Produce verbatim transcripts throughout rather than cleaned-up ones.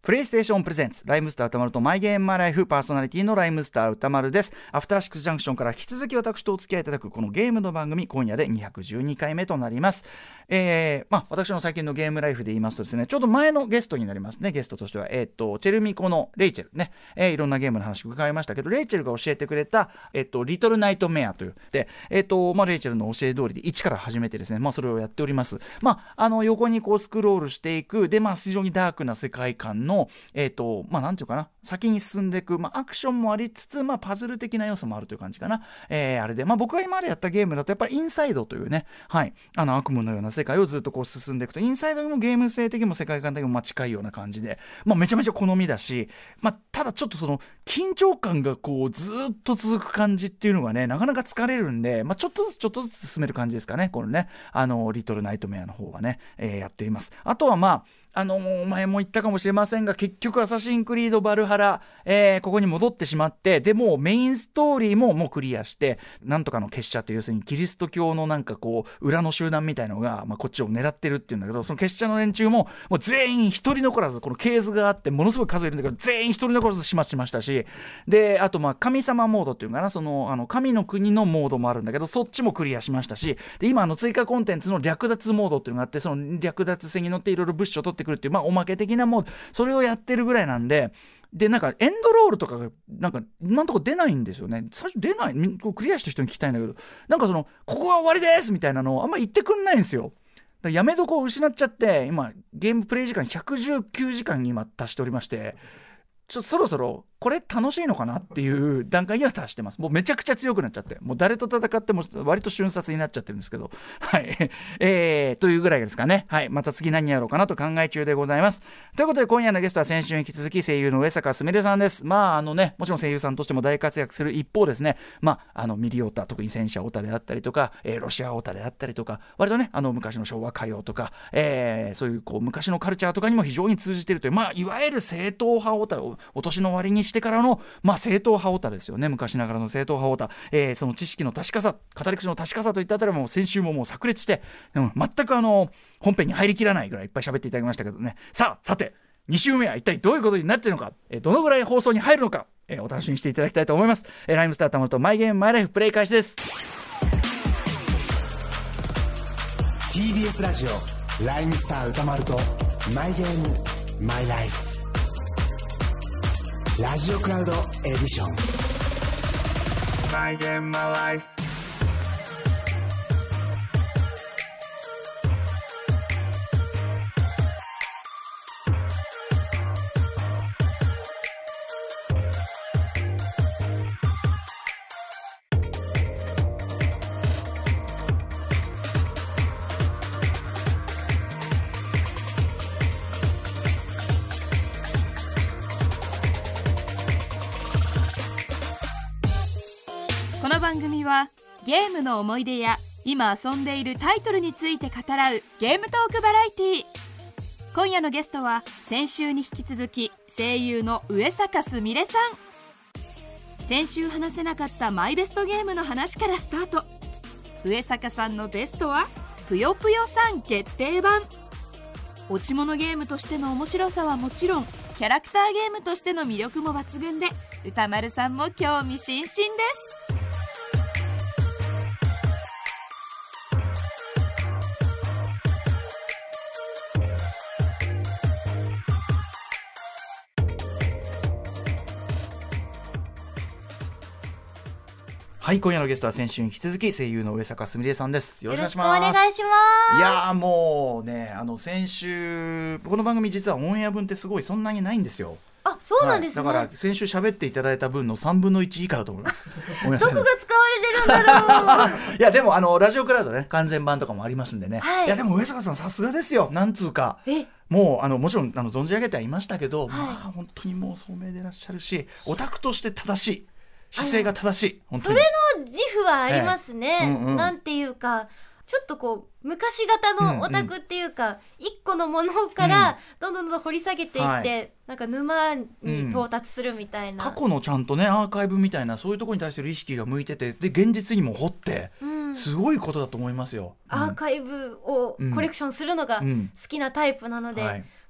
プレイステーションプレゼンツライムスター歌丸とマイゲームマイライフ、パーソナリティのライムスター歌丸です。アフターシックスジャンクションから引き続き私とお付き合いいただくこのゲームの番組、今夜でにひゃくじゅうにかいめとなります。えーまあ、私の最近のゲームライフで言いますとですね、ちょうど前のゲストになりますね。ゲストとしては、えー、とチェルミコのレイチェルね、えー、いろんなゲームの話を伺いましたけど、レイチェルが教えてくれた、えー、とリトルナイトメアというで、えーとまあ、レイチェルの教え通りで一から始めてですね、まあ、それをやっております。まあ、あの横にこうスクロールしていくで、まあ、非常にダークな世界観の、えーとまあ、なんていうかな、先に進んでいく、まあ、アクションもありつつ、まあ、パズル的な要素もあるという感じかな。えー、あれで、まあ、僕が今までやったゲームだとやっぱりインサイドというね、はい、あの悪夢のような世界をずっとこう進んでいくと、インサイドにもゲーム性的にも世界観的にもまあ近いような感じで、まあ、めちゃめちゃ好みだし、まあ、ただちょっとその緊張感がこうずっと続く感じっていうのがね、なかなか疲れるんで、まあ、ちょっとずつちょっとずつ進める感じですかね、このね、あのリトルナイトメアの方はね、えー、やっています。あとはまああのー、前も言ったかもしれませんが、結局アサシンクリードバルハラ、えー、ここに戻ってしまって、でもうメインストーリーももうクリアして、なんとかの結社という、要するにキリスト教のなんかこう裏の集団みたいのが、まあ、こっちを狙ってるっていうんだけど、その結社の連中ももう全員一人残らず、この系図があってものすごい数いるんだけど、全員一人残らず始末しましたし、であとまあ神様モードっていうかな、そのあの神の国のモードもあるんだけど、そっちもクリアしましたし、で今あの追加コンテンツの略奪モードっていうのがあって、その略奪戦に乗っていろいろ物資を取ってくるっていう、まあ、おまけ的なモード、それをやってるぐらいなんで、でなんかエンドロールとかがなんか今のところ出ないんですよね。最初出ない、クリアした人に聞きたいんだけど、なんかそのここは終わりですみたいなのをあんまり言ってくんないんですよ。だからやめどこを失っちゃって、今ゲームプレイ時間ひゃくじゅうきゅうじかんに今達しておりまして、ちょそろそろこれ楽しいのかなっていう段階には達してます。もうめちゃくちゃ強くなっちゃって、もう誰と戦っても割と瞬殺になっちゃってるんですけど、はい、えー、というぐらいですかね。はい、また次何やろうかなと考え中でございます。ということで今夜のゲストは先週に引き続き声優の上坂すみれさんです。まああのね、もちろん声優さんとしても大活躍する一方ですね、まああのミリオタ、特に戦車オタであったりとか、えー、ロシアオタであったりとか、割とねあの昔の昭和歌謡とか、えー、そういうこう昔のカルチャーとかにも非常に通じているという、まあいわゆる正統派オタをお年の割にしてからのまあ正統派オタですよね。昔ながらの正統派オタ、えー、その知識の確かさ、語り口の確かさといったあたりも先週ももう炸裂して、うん、全くあの本編に入りきらないぐらいいっぱい喋っていただきましたけどね。さあさてに週目は一体どういうことになっているのか、えー、どのぐらい放送に入るのか、えー、お楽しみにしていただきたいと思います。えー、ライムスターたまるとマイゲームマイライフプレイ開始です。 ティービーエス ラジオライムスター歌丸とマイゲームマイライフラジオクラウドエディション My Game My Life。 この番組はゲームの思い出や今遊んでいるタイトルについて語らうゲームトークバラエティー。今夜のゲストは先週に引き続き声優の上坂すみれさん。先週話せなかったマイベストゲームの話からスタート。上坂さんのベストはぷよぷよさん決定版。落ち物ゲームとしての面白さはもちろん、キャラクターゲームとしての魅力も抜群で、歌丸さんも興味津々です。 はい、今夜のゲストは先週に引き続き声優の上坂すみれさんです。よろしくおよろ願いします。 しくお願いします。 いやーもうね、あの先週この番組実はオンエア分ってすごいそんなにないんですよ。 あ、そうなんですね、 はい、だから先週喋っていただいた分のさんぶんのいち以下だと思います。 どこが使われてるんだろう。 いやでもあのラジオクラウドね、完全版とかもありますんでね、 はい、 いやでも上坂さんさすがですよ。なんつうかえもうあのもちろんあの存じ上げてはいましたけど、はい、まあ本当にもう聡明でいらっしゃるし、オタクとして正しい、姿勢が正しい。本当にそれの自負はありますね、ええうんうん、なんていうかちょっとこう昔型のオタクっていうか、うんうん、一個のものからどんどんどんどん掘り下げていって、はい、なんか沼に到達するみたいな、 うん、過去のちゃんとねアーカイブみたいなそういうところに対する意識が向いてて、で現実にも掘って、うん、すごいことだと思いますよ、 うん、アーカイブをコレクションするのが好きなタイプなので、うんはい、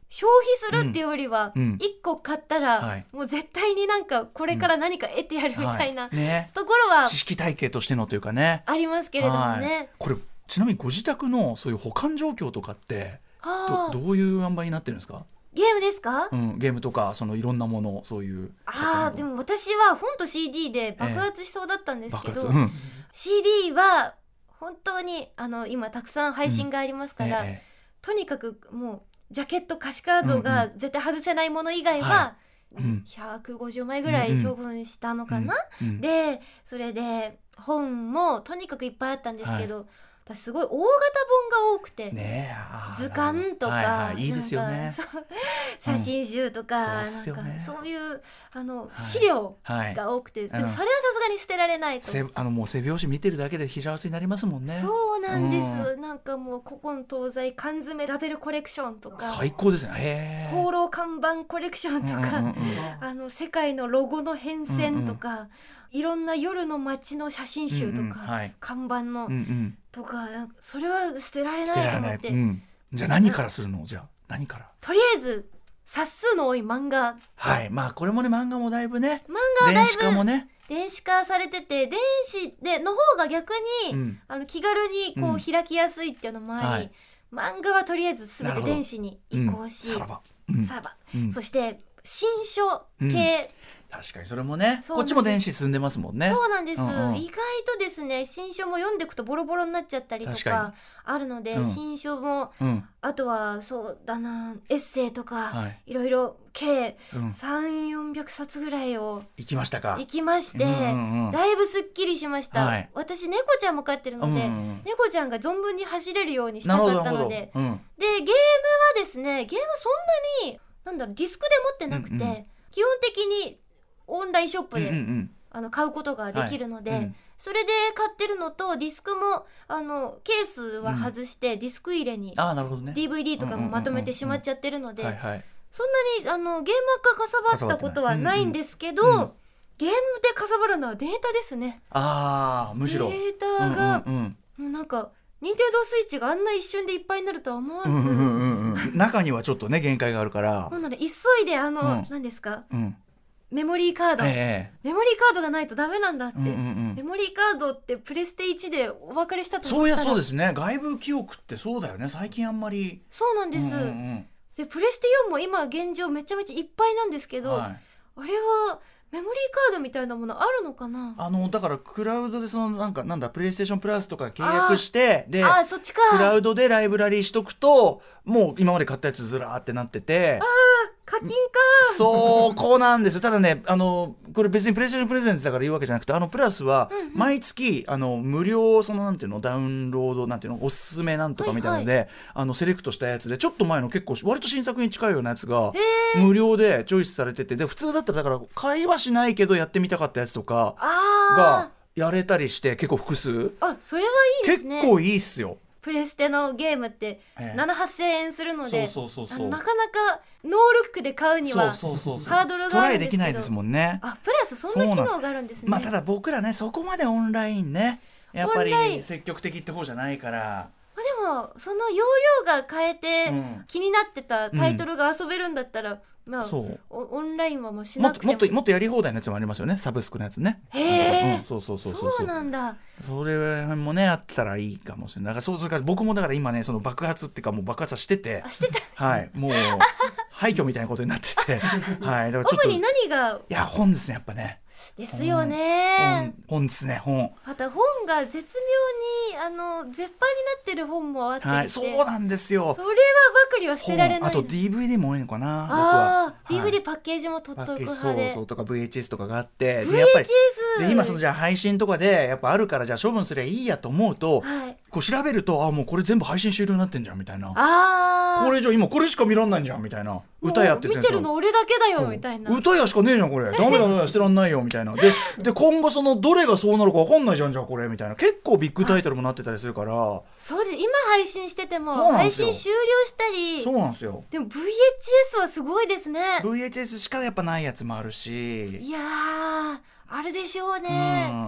消費するっていうよりは、 うんうんいっこ買ったら、 はいもう絶対になんかこれから何か得てやるみたいな、 はいね、 ところは知識体系としてのというかねありますけれどもね、 はい、これちなみにご自宅のそういう保管状況とかってあど, どういう塩梅になってるんですか？ ゲームですか？ うん、ゲームとかそのいろんなものそういうあーでも私は本と シーディー で爆発しそうだったんですけど、 爆発、うん、 シーディー は本当にあの今たくさん配信がありますから、 うんええ、 とにかくもうジャケット歌詞カードが絶対外せないもの以外は、 はいうんひゃくごじゅうまいぐらい処分したのかな、 うんうんでそれで本もとにかくいっぱいあったんですけど、私すごい大型本が多くて、 ねえ、あー図鑑とか、 はいはい、いいですよね。 なんかそう写真集とか、 うんそうっすよねなんかそういうあの、 はい資料はいが多くて、 うんでもそれはさすがに捨てられないと、 せあのもう背表紙見てるだけで幸せになりますもんね。 そうなんです、 うなんかもう古今東西缶詰ラベルコレクションとか最高ですね。へえ。 放浪看板コレクションとか、 うんうんうんあの世界のロゴの変遷とか、いろんな夜の街の写真集とか、 うんうんはい看板の、 うんうんとかなんかそれは捨てられ捨てられない、 ないと思って、 うん、じゃあ何からするの？じゃあ何から？ とりあえず冊数の多い漫画、 はい、まあこれもね漫画もだいぶね漫画はだい電子化もぶね、 電子化されてて、電子での方が逆に、 うんあの気軽にこうんう開きやすいっていうのもあり、 はい漫画はとりあえず全てなるほど電子に移行し、 うん、さらば、うんさらば、 うんそして新書系、 確かにそれもねそうこっちも電子進んでますもんね。 そうなんです、 うんうん意外とですね新書も読んでいくとボロボロになっちゃったりと確かかあるので、 うん新書もうんあとはそうだなエッセイとか、 はいいろいろ計うんさんびゃくよんびゃくさつぐらいを行きましたか。 行きまして、 うんうんうんだいぶすっきりしました、 はい私猫ちゃんも飼ってるので、 うんうん猫ちゃんが存分に走れるようにしたなるほかどなるほど。 ったので、 うんでゲームはですねゲームそんなになんだろうディスクで持ってなくて、 うんうん基本的にオンラインショップで、 うんうんうんあの買うことができるので、 はいうんそれで買ってるのとディスクもあのケースは外してディスク入れに、 ああなるほどね。 ディーブイディー とかもまとめてしまっちゃってるので、 はいはい。 そんなにあのゲームがかさばったことはないんですけど、 うんうんゲームでかさばるのはデータですね。 ああむしろ。 データが、 うんうんもうなんか任天堂スイッチがあんな一瞬でいっぱいになるとは思わず、 うんうんうんうんうん中にはちょっとね限界があるからな。ので急いであの、 うん何ですかうん。 メモリーカード、 えメモリーカードがないとダメなんだって、 えうんうんうんメモリーカードってプレステいちでお別れしたとそういや思ったらそうですね。外部記憶ってそうだよね。最近あんまり。 そうなんです、 うんうんでプレステよんも今現状めちゃめちゃいっぱいなんですけど、 うんはい、 あれはメモリーカードみたいなものあるのかなああのだからクラウドでそのなんかなんだプレイステーションプラスとか契約してであーそっちかクラウドでライブラリーしとくともう今まで買ったやつずらーってなってて課金かそうこうなんですよ。ただねあのこれ別にプレイステーションプレゼンツだから言うわけじゃなくてあのプラスは毎月、あの無料そのなんていうのダウンロードなんていうのおすすめなんとかみたいなので、 はいあのセレクトしたやつでちょっと前の結構割と新作に近いようなやつが無料でチョイスされててで普通だったらだから会話しないけどやってみたかったやつとかあがやれたりして結構複数ーあそれはいいですね。 結構いいっすよ。 プレステのゲームってええなな、はっせんえんするので、 そうそうそうそうあのなかなかノールックで買うにはそうそうそうそうハードルがあるんですけどトライできないですもんね。 あプラスそんな機能があるんですね。 まあただ僕らねそこまでオンラインねやっぱオンラインり積極的って方じゃないからまあでもその容量が変えてうん気になってたタイトルが遊べるんだったら、まあそうおオンラインはもうしもっともなくてもっともっとやり放題のやつもありますよねサブスクのやつね。 へえ、 うん、そうそうそうそうそうなんだ。 それもねあったらいいかもしれない。だからそうそれから僕もだから今ねその爆発っていうかもう爆発はしててあしてたはいもう廃墟みたいなことになっててはいだからちょっと主に何がいや本ですねやっぱねですよね。 本本ですね本また本が絶妙にあの絶版になってる本もあってきて、 はいそうなんですよ。 それはばかりは捨てられない。 本あと ディーブイディー も多いのかな僕は。 ああ、 はいディーブイディー パッケージも取っとくパッケージ派で。 そうそうとか ブイエイチエス とかがあってでブイエイチエスやっぱりで今そのじゃあ配信とかでやっぱあるからじゃあ処分すりゃいいやと思うと、 はい。 こう調べるとあもうこれ全部配信終了になってんじゃんみたいなああ。 これじゃ今これしか見らんないんじゃんみたいな歌やってもう見てるの俺だけだよみたいな。 歌やしかねえじゃんこれダメだダメだ捨てらんないよみたいなでで今後そのどれがそうなるか分かんないじゃんじゃあこれみたいな結構ビッグタイトルもなってたりするからそうです。今配信しててそうもなんですよ配信終了したりそうなんですよ。 でも ブイエイチエス はすごいですね。 ブイエイチエス しかやっぱないやつもあるしいやーあるでしょううね。 ん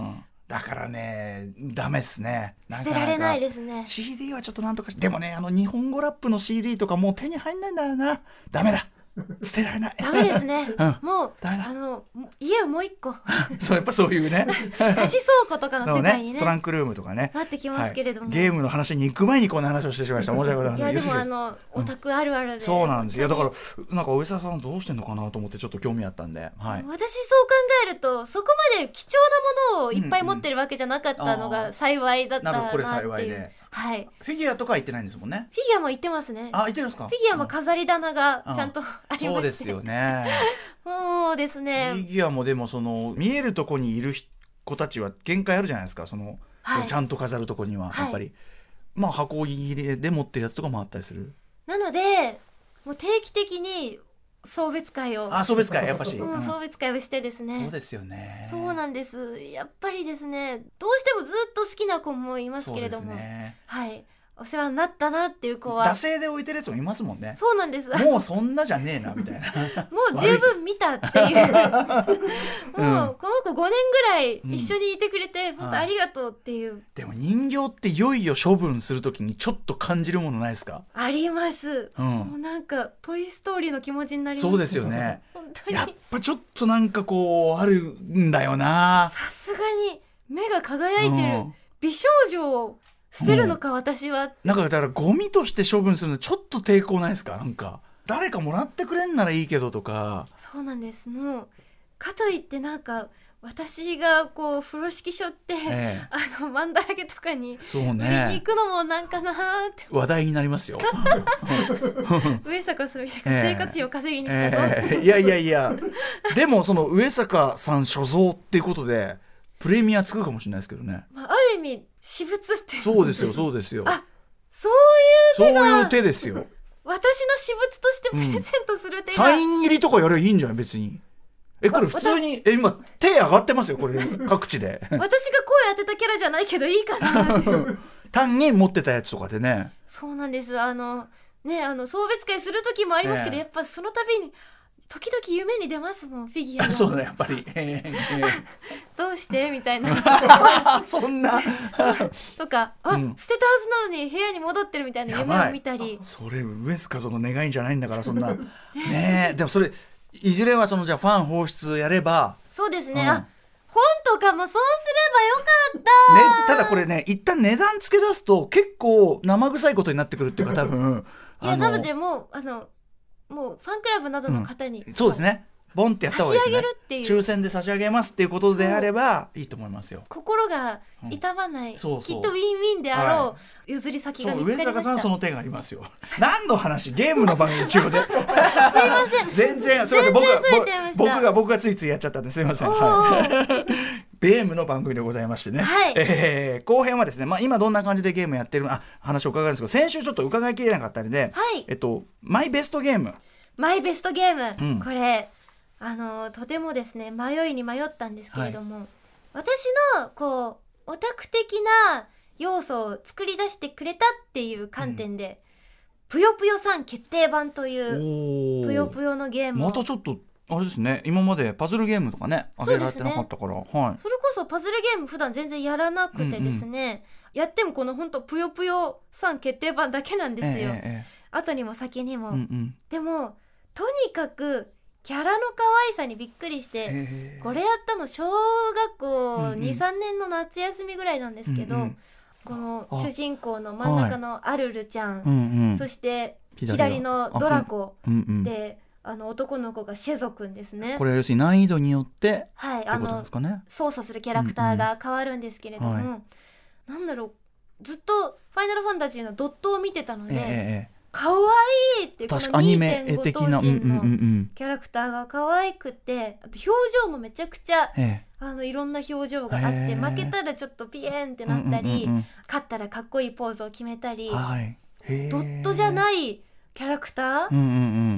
だからねダメっすね。 捨てられないですね。 シーディー はちょっとなんとかしでもねあの日本語ラップの シーディー とかもう手に入んないんだよな。ダメだ捨てられない。 ダメですね、 うん、 もうダメだあの家をもう一個そうやっぱそういうね貸し倉庫とかの世界にね, ねトランクルームとかねなってきますけれども、 はい、ゲームの話に行く前にこんな話をしてしまいました。申し訳ございません。 いやでもあよのオタクあるあるで、 そうなんです。いやだからなんか上沢さんどうしてんのかなと思ってちょっと興味あったんで、はい、 私そう考えるとそこまで貴重なものをいっぱい持ってるわけじゃなかったのが幸いだったなっていう、 うんうん、なるほどこれ幸いで、 はい、 フィギュアとか言ってないんですもんね。 フィギュアも言ってますね。 あ、言ってるんですか。 フィギュアも飾り棚がちゃんとありまして、 そうですよねそうですね。 フィギュアもでもその見えるとこにいる子たちは限界あるじゃないですか。その、はい、ちゃんと飾るとこにはやっぱり、はい、まあ箱入れで持ってるやつとかもあったりする。 なのでもう定期的に送別会をあ送別会やっぱし、 うん、送別会をしてですね。 そうですよね。 そうなんです。やっぱりですねどうしてもずっと好きな子もいますけれども、ね、はいお世話になったなっていう子は惰性で置いてるやつもいますもんね。 そうなんです。 もうそんなじゃねえなみたいなもう十分見たっていうもうこの子ごねんぐらい一緒にいてくれて、うん、本当ありがとうっていう、はい、 でも人形っていよいよ処分するときにちょっと感じるものないですか。 あります、うん、もうなんかトイストーリーの気持ちになります。 そうですよね本当にやっぱちょっとなんかこうあるんだよな。 さすがに目が輝いてる、うん、美少女を捨てるのか、うん、私はなんかだからゴミとして処分するのちょっと抵抗ないですか。なんか誰かもらってくれんならいいけどとか。 そうなんです。もうかといってなんか私がこう風呂敷しょって、ええ、あのマンだらけとかに売りに行くのもなんかなーって話題になりますよ上坂すみれが生活費を稼ぎに来たぞ、 えええ、いやいやいやでもその上坂さん所蔵っていうことでプレミアつくかもしれないですけどね、 まあ、ある意味私物ってそうですよそうですよ。 あそういう手がそういう手ですよ。 私の私物としてプレゼントする手が、 うん、サイン入りとかやればいいんじゃない別に。えこれ普通にえ今手上がってますよこれ各地で私が声当てたキャラじゃないけどいいかなって単に持ってたやつとかでね。そうなんです。あのねあの送別会する時もありますけど、ね、やっぱその度に時々夢に出ますもんフィギュアが。 そうだやっぱり、えーえー、 どうしてみたいなそんなとかあ、うん、捨てたはずなのに部屋に戻ってるみたいな夢を見たり。 それウエスカゾの願いじゃないんだからそんなねえでもそれいずれはそのじゃあファン放出やればそうですね、うん、あ本とかもそうすればよかった、 ね、ただこれね一旦値段つけ出すと結構生臭いことになってくるっていうか多分いやなのでもうあのもうファンクラブなどの方に、 うん、そうですねボンってやった方がいいですね。 差し上げるっていう抽選で差し上げますっていうことであればいいと思いますよ。 心が痛まない、うん、そうそうきっとウィンウィンであろう、はい、譲り先が見つかりました。 上坂さんその手がありますよ。何の話ゲームの番組中ですいません全然すいません僕が僕が僕がついついやっちゃったんですいません、はい、ゲームの番組でございましてね、はいえー、後編はですね、まあ、今どんな感じでゲームやってるあ話を伺うんですけど先週ちょっと伺いきれなかったりで、はいえっと、マイベストゲームマイベストゲーム、うん、これあのとてもですね迷いに迷ったんですけれども、はい、私のこうオタク的な要素を作り出してくれたっていう観点で、うん、ぷよぷよさん決定版というぷよぷよのゲームをまたちょっとあれですね今までパズルゲームとかね上げられてなかったから、ねはい、 それこそパズルゲーム普段全然やらなくてですね、うんうん、やってもこのほんとぷよぷよさん決定版だけなんですよ、ええええ、後にも先にも、うんうん、でもとにかくキャラの可愛さにびっくりして、えー、これやったの小学校 に,さん 年の夏休みぐらいなんですけど、うんうん、この主人公の真ん中のアルルちゃん、はい、そして左のドラコで、うんうん、あの男の子がシェゾくんですね。 これは要するに難易度によって、はい、ってことですかね。 操作するキャラクターが変わるんですけれども、うんうんはい、なんだろうずっとファイナルファンタジーのドットを見てたので、えー可愛いってこの にてんご 頭身のキャラクターが可愛くてあと表情もめちゃくちゃ、ええ、あのいろんな表情があって、えー、負けたらちょっとピエンってなったり、うんうんうん、勝ったらかっこいいポーズを決めたり、はい、ドットじゃないキャラクター、うんうんうん、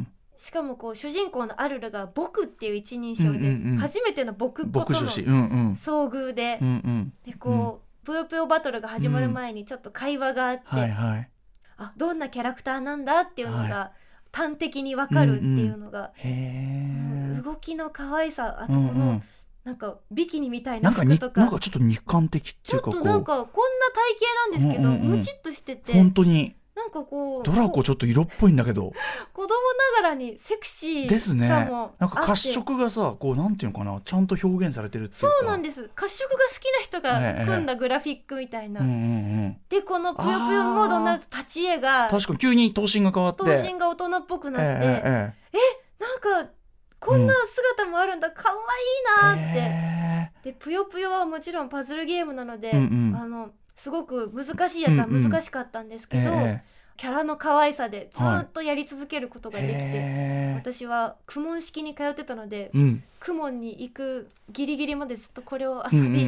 しかもこう主人公のアルルが僕っていう一人称で、うんうんうん、初めての僕ことの遭遇で、うんうん、でこうぷよぷよバトルが始まる前にちょっと会話があって、うんはいはいあどんなキャラクターなんだっていうのが端的に分かるっていうのが、はいうんうん、動きの可愛さあとこのなんかビキニみたいななんかに服とかなんかちょっと肉感的ってちょっいうかこうとなんかこんな体型なんですけど、 うんうんうんムチっとしてて本当になんかこうドラコちょっと色っぽいんだけど子供ながらにセクシーですね。 さもなんかあって褐色がさこうなんていうのかなちゃんと表現されてるっていうかそうなんです褐色が好きな人が組んだグラフィックみたいな、 うんうんうん、 でこのぷよぷよモードになると立ち絵が確かに急に頭身が変わって頭身が大人っぽくなって、 ええええなんかこんな姿もあるんだ、うん、かわいいなって、えー、でぷよぷよはもちろんパズルゲームなので、うんうん、あのすごく難しいやつは難しかったんですけど、うんうんえーキャラの可愛さでずっとやり続けることができて、はい、私は公文式に通ってたので、うん、公文に行くギリギリまでずっとこれを遊び、うんうんうん、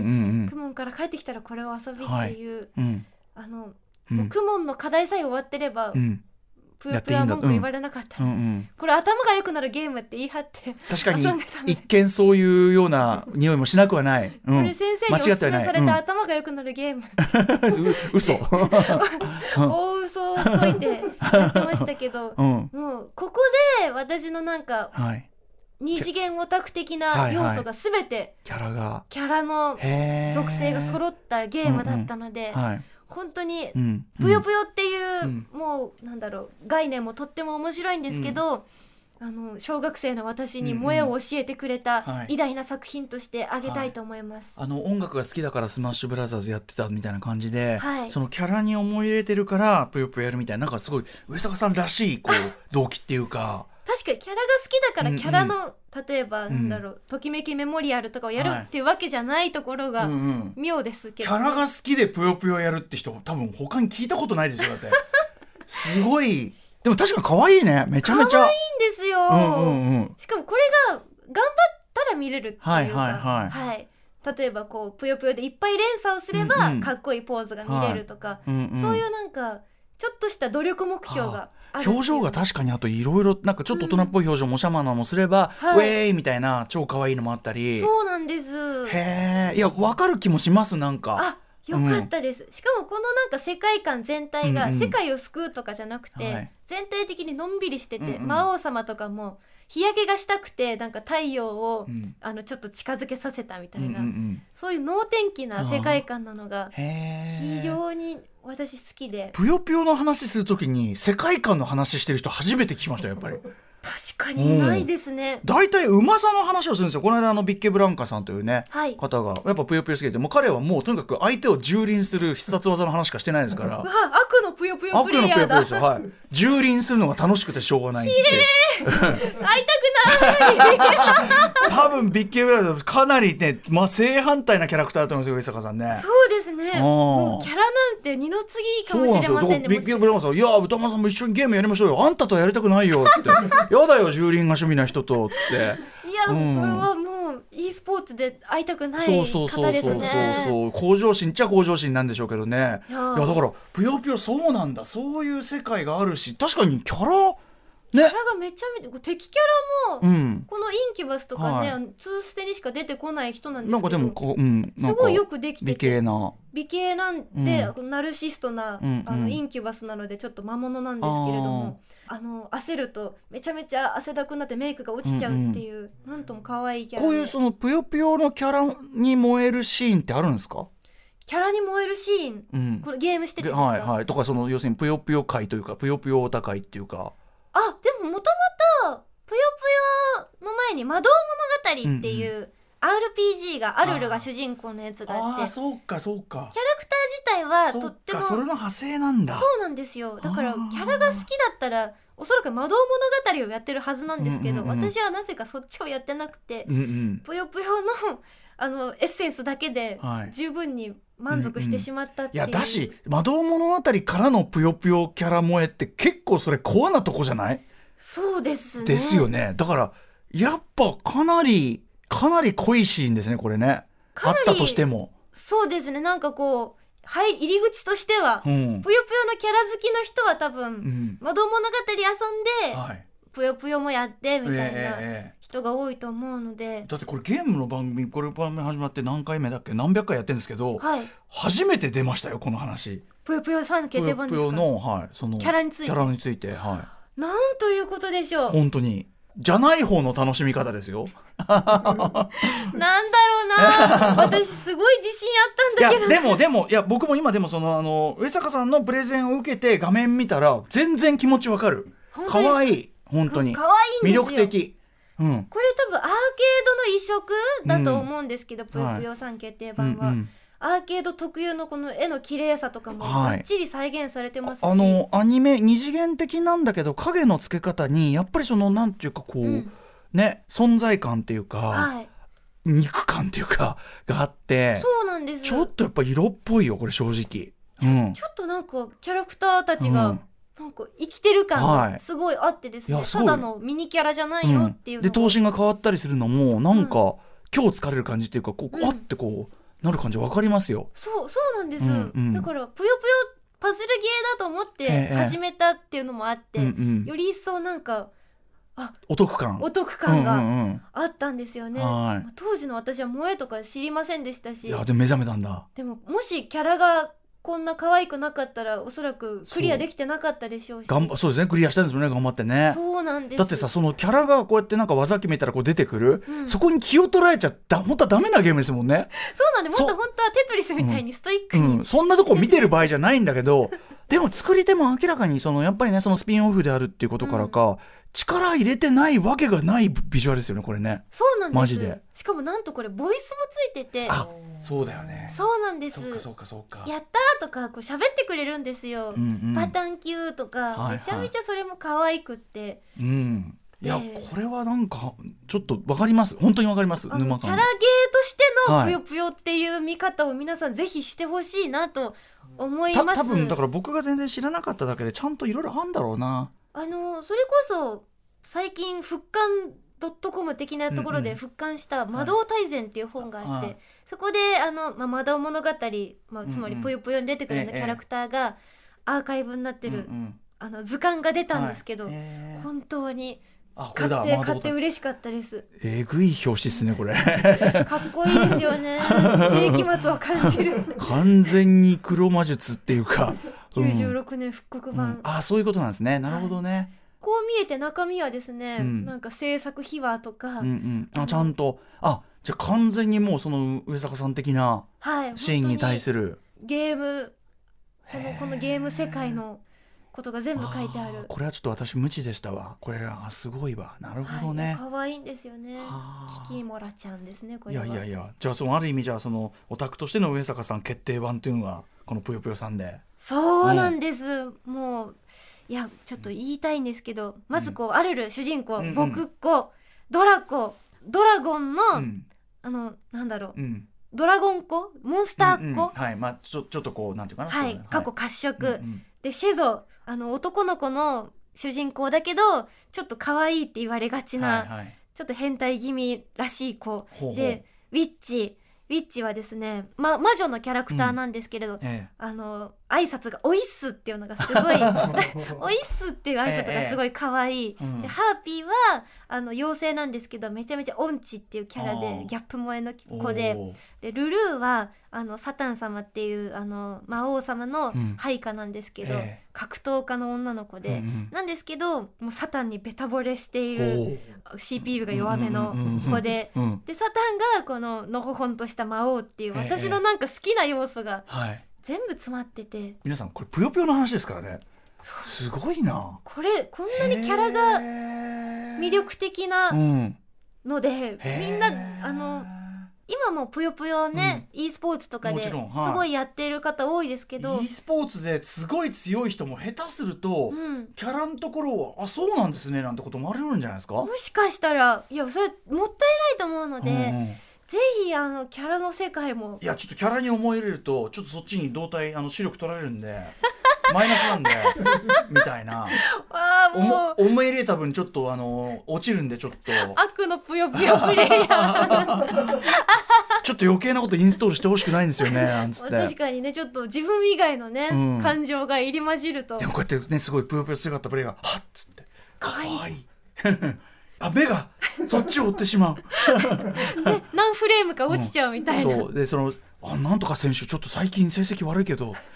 公文から帰ってきたらこれを遊びっていう、はいうん、あの、うん、もう公文の課題さえ終わってれば、うんぷよぷよは文句言われなかったら、うんうんうん、これ頭が良くなるゲームって言い張って確かに一見そういうような匂いもしなくはない、 うん、これ先生におすすめされた頭が良くなるゲーム嘘大嘘をこいてやってましたけど、うん、もうここで私のなんか、はい、二次元オタク的な要素が全て、はいはい、 キャラがキャラの属性が揃ったゲームだったので、うんうんはい本当にぷよぷよっていう、うん、もうなんだろう概念もとっても面白いんですけど、うん、あの小学生の私に萌えを教えてくれた偉大な作品としてあげたいと思います、 はいはい、あの音楽が好きだからスマッシュブラザーズやってたみたいな感じで、はい、そのキャラに思い入れてるからぷよぷよやるみたいななんかすごい上坂さんらしいこう動機っていうか確かにキャラが好きだからキャラの、うんうん、例えばなんだろう、うん、ときめきメモリアルとかをやるっていうわけじゃないところが妙ですけど、ねうんうん、キャラが好きでぷよぷよやるって人多分他に聞いたことないですよだってすごいでも確かに可愛いねめちゃめちゃ可愛いんですよ、うんうんうん、しかもこれが頑張ったら見れるっていうか、はいはいはいはい、例えばこうぷよぷよでいっぱい連鎖をすれば、うんうん、かっこいいポーズが見れるとか、はいうんうん、そういうなんかちょっとした努力目標が表情が確かにあといろいろなんかちょっと大人っぽい表情もシャマナもすれば、うん、ウェーイみたいな超可愛いのもあったりそうなんですへーいや分かる気もしますなんかあよかったです、うん、しかもこのなんか世界観全体が世界を救うとかじゃなくて、うんうん、全体的にのんびりしてて、はい、魔王様とかも日焼けがしたくてなんか太陽を、うん、あのちょっと近づけさせたみたいな、うんうんうん、そういう能天気な世界観なのが非常に私好きでぷよぷよの話するときに世界観の話してる人初めて聞きましたやっぱり確かにいないですね大体うまさの話をするんですよこの間あのビッケブランカさんというね、はい、方がやっぱぷよぷよ好きでもう彼はもうとにかく相手を蹂躙する必殺技の話しかしてないですから悪のぷよぷよプレイヤーだ悪のぷよぷよですよ、はい、蹂躙するのが楽しくてしょうがないって会いたくない多分ビッケブランカかなりね、まあ、正反対なキャラクターだと思うんですよ上坂さんねそうですねもうキャラなんて二の次かもしれませんねビッケブランカさんいや歌丸さんも一緒にゲームやりましょうよあんたとはやりたくないよってやだよ蹂躙が趣味な人とつっていや、うん、これはもう e スポーツで会いたくない方ですねそうそうそうそうそう向上心っちゃ向上心なんでしょうけどねいや、いやだからぷよぷよそうなんだそういう世界があるし確かにキャラキャラがめちゃめちゃ敵キャラも、うん、このインキュバスとかね、はい、ツーステにしか出てこない人なんですけどなんかでもこう、うん、すごいよくできてて美形な美形なんで、うん、ナルシストな、うん、あのインキュバスなのでちょっと魔物なんですけれどもあの焦るとめちゃめちゃ汗だくになってメイクが落ちちゃうっていう、うんうん、なんとも可愛いキャラでこういうそのぷよぷよのキャラに燃えるシーンってあるんですかキャラに燃えるシーン、うん、これゲームしててですかはいはいとかその要するにぷよぷよ界というかぷよぷよオタ界っていうかあでももともとぷよぷよの前に魔導物語っていう、うんうん、アールピージー がアルルが主人公のやつがあってああそうかそうかキャラクター自体はとってもそれの派生なんだそうなんですよだからキャラが好きだったらおそらく魔導物語をやってるはずなんですけど、うんうんうん、私はなぜかそっちをやってなくて、うんうん、ぷよぷよのあのエッセンスだけで十分に満足してしまったっていう、 うんうん、いやだし魔導物語からのぷよぷよキャラ萌えって結構それコアなとこじゃないそうですねですよねだからやっぱかなりかなり濃いシーンですねこれねあったとしてもそうですねなんかこうはい入り口としては、うん、ぷよぷよのキャラ好きの人は多分、うん、魔導物語遊んで、はい、ぷよぷよもやってみたいな人が多いと思うので、えーえー、 だってこれゲームの番組これ番組始まって何回目だっけ何百回やってるんですけど、はい、初めて出ましたよこの話ぷよぷよさんの決定版ですかぷよぷよの、はい、そのキャラについてキャラについて、はい、 なんということでしょう本当にじゃない方の楽しみ方ですよ。 なんだろうな私すごい自信あったんだけど、 いやでもでもいや僕も今でもそのあの上坂さんのプレゼンを受けて画面見たら全然気持ちわかる。かわいい本当にかわいいんですよ。 魅力的、うん、 これ多分アーケードの移植だと思うんですけど、うん、ぷよぷよさん決定版は、はい、うんうん、アーケード特有のこの絵の綺麗さとかもバッチリ再現されてますし、 はい、あのアニメ二次元的なんだけど影の付け方にやっぱりそのなんていうかこう、うん、ね存在感っていうか、はい、肉感っていうかがあって、 そうなんです。 ちょっとやっぱ色っぽいよこれ正直、 うん、ちょっとなんかキャラクターたちが、うん、なんか生きてる感がすごいあってですね、はい、ただのミニキャラじゃないよっていうの、うん、で頭身が変わったりするのもなんか、うん、今日疲れる感じっていうかこう、うん、あってこうなる感じ分かりますよ。 そうそうなんです、うんうん、だからぷよぷよパズルゲーだと思って始めたっていうのもあって、ええうんうん、より一層なんかあお得感お得感があったんですよね、 うんうんうん、 当時の私は萌えとか知りませんでしたし、 いやでも目覚めたんだ。 でももしキャラがこんな可愛くなかったらおそらくクリアできてなかったでしょうし、 そう、がんそうですね、クリアしたんですもんね頑張ってね。 そうなんです。 だってさそのキャラがこうやってなんか技決めたらこう出てくる、うん、そこに気を取られちゃった本当はダメなゲームですもんね。 そうなんでもっと本当はテトリスみたいにストイックに、 うんうん、そんなとこ見てる場合じゃないんだけどでも作り手も明らかにそのやっぱりねそのスピンオフであるっていうことからか、うん、力入れてないわけがないビジュアルですよねこれね。 そうなんです。 マジで。 しかもなんとこれボイスもついてて、 あそうだよね。 そうなんです。 そうかそうかそうか。 やったーとかこう喋ってくれるんですよ、うんうん、パタンキューとか、はいはい、めちゃめちゃそれも可愛くって、うん、 いやこれはなんかちょっと分かります本当に分かります。沼感キャラゲーとしてのぷよぷよっていう見方を皆さんぜひしてほしいなと思います。 た多分だから僕が全然知らなかっただけでちゃんといろいろあるんだろうな。 あのそれこそ最近復刊ドットコム的なところで復刊した魔導大全っていう本があって、うんうんはい、そこであの、まあ、魔導物語、まあ、つまりぷよぷよに出てくるようなキャラクターがアーカイブになってる、うんうん、あの図鑑が出たんですけど、はいえー、本当に買って買って嬉しかったです。 えぐい表紙ですねこれかっこいいですよね世紀末を感じる完全に黒魔術っていうかきゅうじゅうろくねん復刻版、うん、 あそういうことなんですね。なるほどね、はい、 こう見えて中身はですね、うん、なんか制作秘話とか、 うんうん、あちゃんとあじゃあ完全にもうその上坂さん的なシーンに対する、 はい、ゲームこの、このゲーム世界のことが全部書いてある。 これはちょっと私無知でしたわ。これはすごいわ。なるほどね。 可愛、いいんですよね。キキモラちゃんですねこれは。 いやいやいやじゃあそのある意味じゃあそのオタクとしての上坂さん決定版というのがこのぷよぷよさんで。 そうなんです、うん、もういやちょっと言いたいんですけどまずこう、うん、アルル主人公、うんうん、僕っ子ドラコドラゴンの、うん、あのなんだろう、うん、ドラゴン子モンスター子、うんうん、 はいまあちょちょっとこうなんていうかなはい過去褐色、はい、でシェゾあの男の子の主人公だけどちょっと可愛いって言われがちな、はいはい、ちょっと変態気味らしい子ほうほうでウィッチウィッチはですね、ま、魔女のキャラクターなんですけれど、うんええ、あの挨拶がおいっすっていうのがすごいおいっすっていう挨拶がすごい可愛い、ええうん、でハーピーはあの妖精なんですけどめちゃめちゃ音痴っていうキャラでギャップ萌えの子で、でルルーはあのサタン様っていうあの魔王様の配下なんですけど、うんええ、格闘家の女の子で、うんうん、なんですけどもうサタンにベタ惚れしている シーピーユー が弱めの子で、うんうんうんうん、でサタンがこののほほんとした魔王っていう私のなんか好きな要素が全部詰まってて、ええ、 皆さんこれぷよぷよの話ですからね。すごいなこれ。こんなにキャラが魅力的なので、みんなあの今もぷよぷよね、うん、e スポーツとかですごいやってる方多いですけど、 e スポーツですごい強い人も下手すると、うん、キャラのところはあそうなんですねなんてこともあり得るんじゃないですか。 もしかしたらいやそれもったいないと思うので、うんうん、ぜひあのキャラの世界もいやちょっとキャラに思い入れるとちょっとそっちに動体あの視力取られるんでマイナスなんでみたいなあもう思い入れた分ちょっとあの落ちるんでちょっと悪のぷよぷよプレイヤーちょっと余計なことインストールしてほしくないんですよねなんつって確かにねちょっと自分以外のね、うん、感情が入り混じるとでもこうやってねすごいぷよぷよ強かったプレイがはっつってかわいいあ目がそっちを追ってしまう、 ね、何フレームか落ちちゃうみたいな、 うん、そうでそのあなんとか選手ちょっと最近成績悪いけど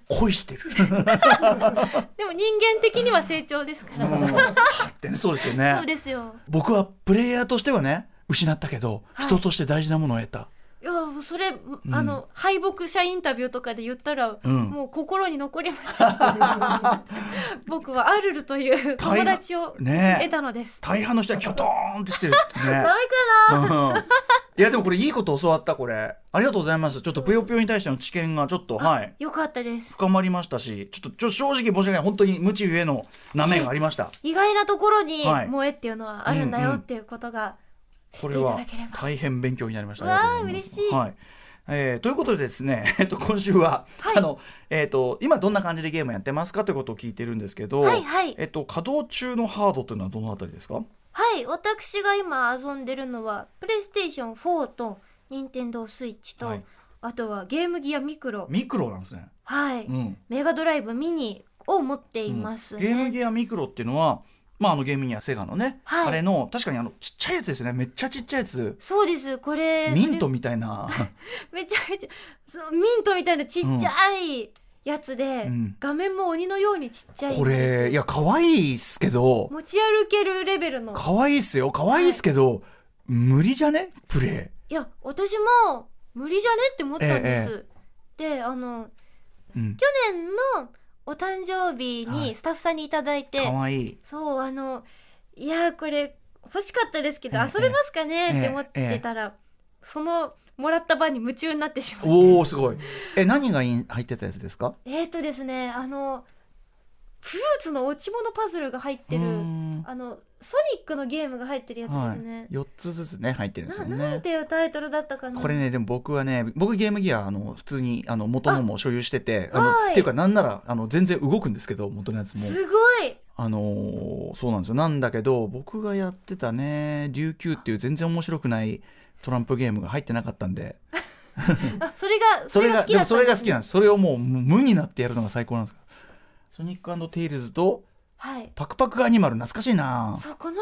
恋してるでも人間的には成長ですから、うん、 ってね、そうですよね。 そうですよ。 僕はプレイヤーとしてはね失ったけど、はい、人として大事なものを得た。 いやそれ、うん、あの敗北者インタビューとかで言ったら、うん、もう心に残ります僕はアルルという友達を得たのです、 ね、大半の人はキョトーンってしてるってねダメかな、 うん、いやでもこれいいこと教わった。これありがとうございます。ちょっとぷよぷよに対しての知見がちょっと、はい、 よかったです。 深まりましたし、ちょっとちょ正直申し訳ない、本当に無知ゆえのなめがありました。 意外なところに萌えっていうのはあるんだよっていうことが知っていただければ、 これは大変勉強になりました。 わあ嬉しい、 はい。えー、ということでですね、えっと、今週は、はい、あのえー、と今どんな感じでゲームやってますかということを聞いてるんですけど、 はいはい、 えっと、稼働中のハードというのはどのあたりですか？ はい、私が今遊んでるのはプレイステーションフォーと任天堂スイッチと、はい、あとはゲームギアミクロミクロなんですね。 はい、うん、メガドライブミニを持っていますね、 うん、ゲームギアミクロっていうのはまあ、あのゲームにはセガのね、はい、あれの確かにあのちっちゃいやつですね。めっちゃちっちゃいやつ。 そうです。これミントみたいなめちゃめちゃそうミントみたいなちっちゃいやつで、うん、画面も鬼のようにちっちゃいんです。 これいや可愛いっすけど持ち歩けるレベルの可愛いっすよ。可愛いっすけど、はい、無理じゃねプレイ。いや私も無理じゃねって思ったんです、ええ、であの、うん、去年のお誕生日にスタッフさんにいただいて、 はい、かわいい。 そうあのいやこれ欲しかったですけど、ええ、遊べますかね、え、って思ってたら、え、そのもらった場に夢中になってしまって。 おーすごい。え何が入ってたやつですか？ えーとですねあのフルーツの落ち物パズルが入ってるあのソニックのゲームが入ってるやつですね、はい、 よっつずつね入ってるんですよね。 な、なんていうタイトルだったかな。 これねでも僕はね僕ゲームギアあの普通にあの元のも所有しててああの、はい、っていうかなんならあの全然動くんですけど元のやつもすごいあのー、そうなんですよ。なんだけど僕がやってたね琉球っていう全然面白くないトランプゲームが入ってなかったんであそれがそれが好きだったんですね。 でもそれが好きなんです。それをもう無になってやるのが最高なんです。ソニック&テイルズとはい、パクパクアニマル懐かしいな。 そうこの、うん、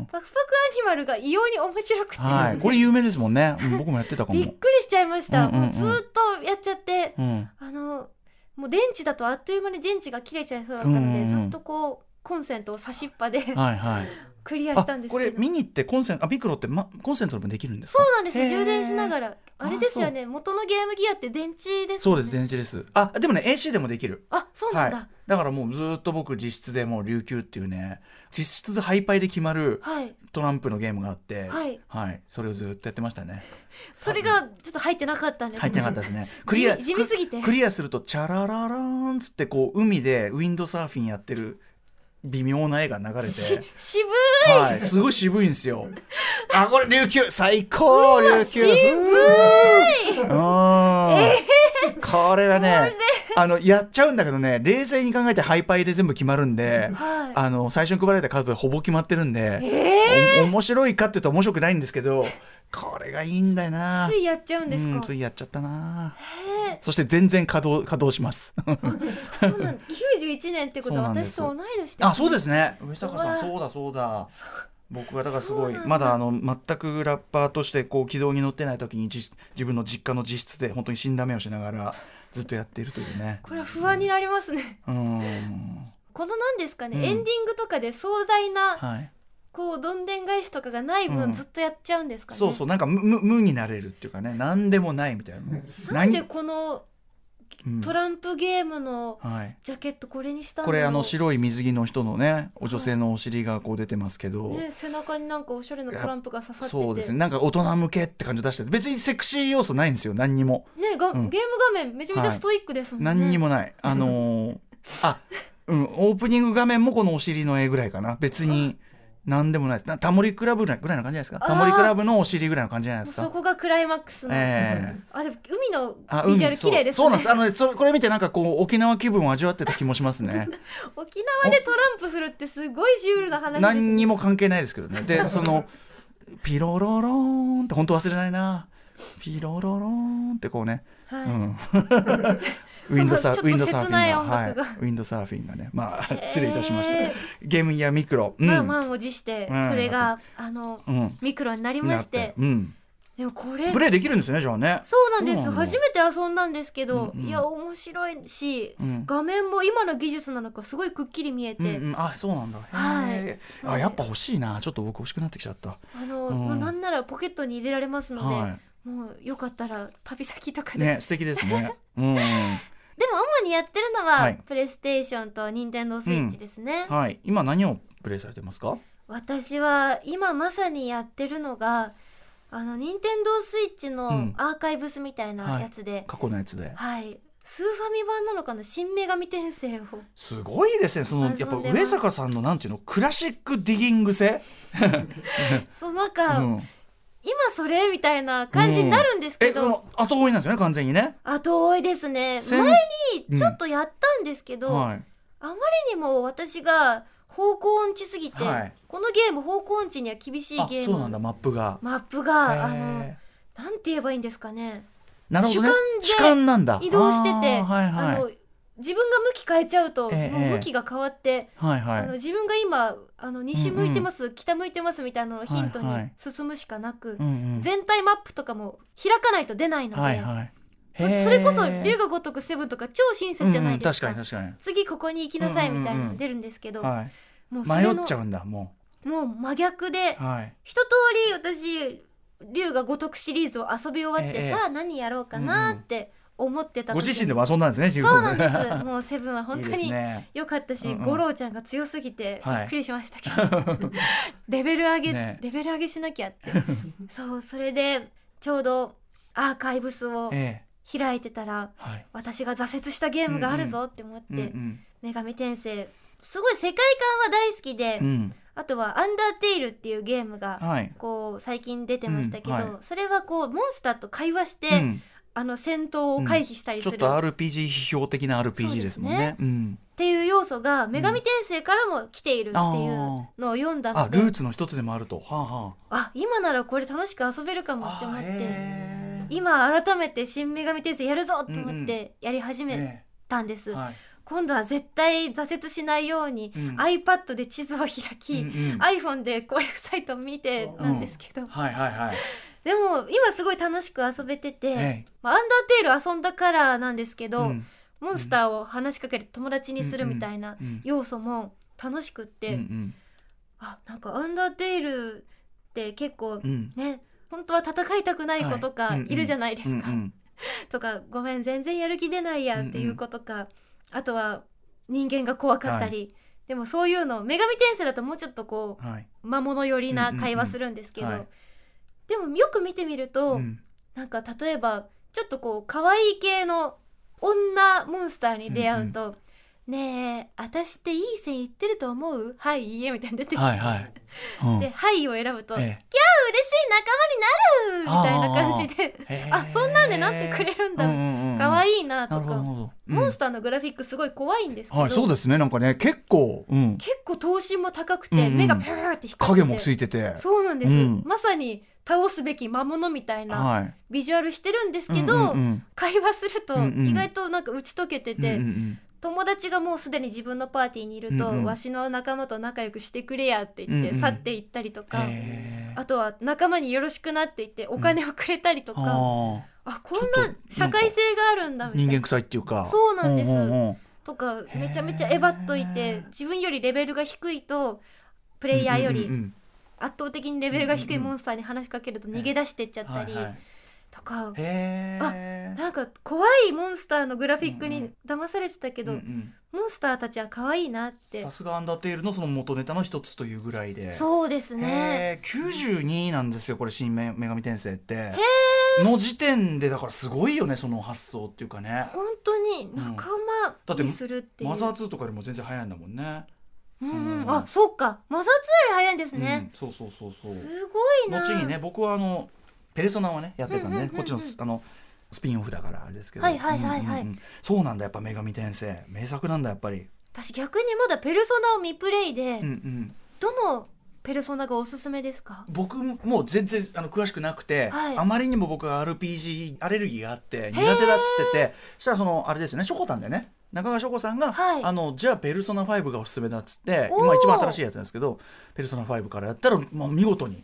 パクパクアニマルが異様に面白くてですね、 はい、これ有名ですもんね、うん、僕もやってたかもびっくりしちゃいました、うんうんうん、もうずっとやっちゃって、うん、あのもう電池だとあっという間に電池が切れちゃいそうだったので、うんうんうん、ずっとこうコンセントを差しっぱで、はいはい、クリアしたんですけど。 これミニってコンセントあビクロって、ま、コンセントでもできるんですか？ そうなんです。充電しながらあれですよね。元のゲームギアって電池ですよね。 そうです電池です。あでもね エーシー でもできる。 あそうなんだ、はい、 だからもうずっと僕実質でもう琉球っていうね実質ハイパイで決まるトランプのゲームがあって、はいはい、それをずっとやってましたね。 それがちょっと入ってなかったんですね。 入ってなかったですね。クリア地味すぎてクリアするとチャラララーンつってこう海でウィンドサーフィンやってる微妙な絵が流れて渋い、 はい、すごい渋いんですよ。あこれ琉球最高琉球渋い、えー、 これはねあのやっちゃうんだけどね冷静に考えてハイパイで全部決まるんで、はい、あの最初に配られたカードでほぼ決まってるんで、えー、面白いかっていうと面白くないんですけどこれがいいんだよな。 ついやっちゃうんですか？ うん、ついやっちゃったな。そして全然稼働稼働します。 そうなんきゅうじゅういちねんってことは私と同い年です、ね、 あそうですね上坂さんそうだそうだ。僕はだからすごいまだあの全くラッパーとしてこう軌道に乗ってない時に自分の実家の自室で本当に死んだ目をしながらずっとやっているというね。 これは不安になりますね。うんこの何ですかね、うん、エンディングとかで壮大な、はいこうどんでん返しとかがない分、うん、ずっとやっちゃうんですかね。 そうそうなんか 無, 無になれるっていうかね何でもないみたいな。なんでこのトランプゲームのジャケットこれにしたんだろう、 これあの白い水着の人のねお女性のお尻がこう出てますけど、 ね、背中になんかおしゃれなトランプが刺さっててそうですねなんか大人向けって感じ出して別にセクシー要素ないんですよ何にも、 ねがうん、ゲーム画面めちゃめちゃストイックですもんね、 はい、何にもないあのー、あ、うん、オープニング画面もこのお尻の絵ぐらいかな別になんでもないです。タモリクラブぐらいの感じじゃないですか。タモリクラブのお尻ぐらいの感じじゃないですか。 そこがクライマックスの、えー、あでも海のビジュアル綺麗ですね。 そうなんです。あの、ね、そこれ見てなんかこう沖縄気分を味わってた気もしますね。 沖縄でトランプするってすごいシュールな話です、ね、 何にも関係ないですけどね。でそのピロロローンって本当忘れないな。ピロロローンってこうね、はいうん、ウィンドサーウィンドサーフィンが、はい、ウィンドサーフィンがねまあ失礼いたしました、えー、ゲームやミクロ、 うん、まあ満を持してそれが、うん、あの、うん、ミクロになりまして、 うん、 でもこれプレイできるんですよねじゃあね。 そうなんです。 そうなんだ初めて遊んだんですけど、 うんうん、 いや面白いし、 うん、 画面も今の技術なのかすごいくっきり見えて、 うんうん、あそうなんだ。 はいへあやっぱ欲しいな。ちょっと僕欲しくなってきちゃった。 あの、 うんもうなんならポケットに入れられますので、 はい、 もうよかったら旅先とかで、 ね素敵ですね。うん、 でも主にやってるのは、 はい、 プレイステーションとニンテンドースイッチですね、 うん、はい。今何をプレイされてますか？ 私は今まさにやってるのがあのニンテンドースイッチのアーカイブスみたいなやつで、 はい、過去のやつで、 はい、スーファミ版なのかな、新女神転生を。 すごいですね。そのやっぱ上坂さんのなんていうのクラシックディギング性そうなんか、うん、今それみたいな感じになるんですけど、 うん、え後追いなんですよね完全にね。 後追いですね。前にちょっとやったんですけど、うんはい、あまりにも私が方向音痴すぎて、はい、このゲーム方向音痴には厳しいゲーム。 そうなんだ。マップがマップがあのなんて言えばいいんですかね、 なるほどね、 主観で移動してて、 あ、はいはい、 あの自分が向き変えちゃうと、もう向きが変わって、はいはい、あの自分が今あの西向いてます、うんうん、北向いてますみたいなのをヒントに進むしかなく、はいはい、全体マップとかも開かないと出ないので、はいはい、それこそ龍が如くセブンとか超親切じゃないですか、うんうん、確かに確かに次ここに行きなさいみたいなの出るんですけど、うんうんうん、はい、もうそれの迷っちゃうんだ。もうもう真逆で、はい、一通り私龍が如くシリーズを遊び終わって、ええ、さあ何やろうかなって思ってた時に、ご自身でも遊んだんですね。そうなんです。もうセブンは本当に良かったし、いい、ね、うんうん、五郎ちゃんが強すぎてびっくりしましたけど、はい、レベル上げ、ね、レベル上げしなきゃってそうそれでちょうどアーカイブスを開いてたら、ええ、私が挫折したゲームがあるぞって思って、うんうん、女神転生すごい世界観は大好きで、うん、あとはアンダーテイルっていうゲームがこう最近出てましたけど、うんはい、それはこうモンスターと会話して、うん、あの戦闘を回避したりする、うん、ちょっと アールピージー 批評的な アールピージー ですもんね、うん、っていう要素が女神転生からも来ているっていうのを読んだので、 あルーツの一つでもあると、はあはあ、あ今ならこれ楽しく遊べるかもって思って、今改めて新女神転生やるぞと思ってやり始めたんです、うんうんはい、今度は絶対挫折しないように、うん、iPad で地図を開き、うんうん、iPhone で攻略サイトを見てなんですけど、うんはいはいはい、でも今すごい楽しく遊べてて、まあ、アンダーテイル遊んだからなんですけど、うん、モンスターを話しかける友達にするみたいな要素も楽しくって、うんうん、あなんかアンダーテイルって結構ね、うん、本当は戦いたくない子とかいるじゃないですか、はいうんうん、とかごめん全然やる気出ないやっていう子とか、うんうん、あとは人間が怖かったり、はい、でもそういうの女神転生だともうちょっとこう、はい、魔物寄りな会話するんですけど、うんうんうんはい、でもよく見てみると、うん、なんか例えばちょっとこう可愛い系の女モンスターに出会うと、うんうんねえ私っていい線いってると思う？はいいいえみたいに出てきて、はいはいうん、ではいを選ぶと、ええ、キャー嬉しい仲間になるみたいな感じで あ, あそんなんでなってくれるんだ、うんうんうん、かわいいなとか、うん、モンスターのグラフィックすごい怖いんですけど、はい、 そうですねなんかね結構、うん、 結構頭身も高くて、うんうん、目がピューって光ってて影もついててそうなんです、うん、まさに倒すべき魔物みたいなビジュアルしてるんですけど、はいうんうんうん、会話すると意外となんか打ち解けてて、うんうんうん友達がもうすでに自分のパーティーにいると、うんうん、わしの仲間と仲良くしてくれやって言って去っていったりとか、うんうん、あとは仲間によろしくなって言ってお金をくれたりとか、うん、あ, あこんな社会性があるんだみたいな人間臭いっていうかそうなんです、うんうんうん、とかめちゃめちゃえばっといて自分よりレベルが低いとプレイヤーより圧倒的にレベルが低いモンスターに話しかけると逃げ出してっちゃったり、うんうんはいはいとかへあなんか怖いモンスターのグラフィックに騙されてたけど、うんうん、モンスターたちは可愛いなってさすがアンダーテールのその元ネタの一つというぐらいでそうですねきゅうじゅうになんですよこれ新女神転生っての時点でだからすごいよねその発想っていうかね本当に仲間にするっていう、 うん、だってマザーツーとかよりも全然早いんだもんねうんうんうん、あそうかマザーツーより早いんですね、 うん、そうそうそうそうすごいな後にね僕はあのペルソナはねやってたんで、ねうんうんうんうん、こっちのあのスピンオフだからあれですけどはいはいはいはい、うんうんうん、 そうなんだやっぱ女神転生名作なんだやっぱり私逆にまだペルソナを未プレイで、うんうん、どのペルソナがおすすめですか？ 僕も全然あの詳しくなくて、はい、あまりにも僕は アールピージー アレルギーがあって苦手だっつっててそしたらそのあれですよねショコタンでね中川翔子さんが、はい、あのじゃあペルソナファイブがおすすめだっつって今一番新しいやつなんですけどペルソナファイブからやったら、まあ、見事に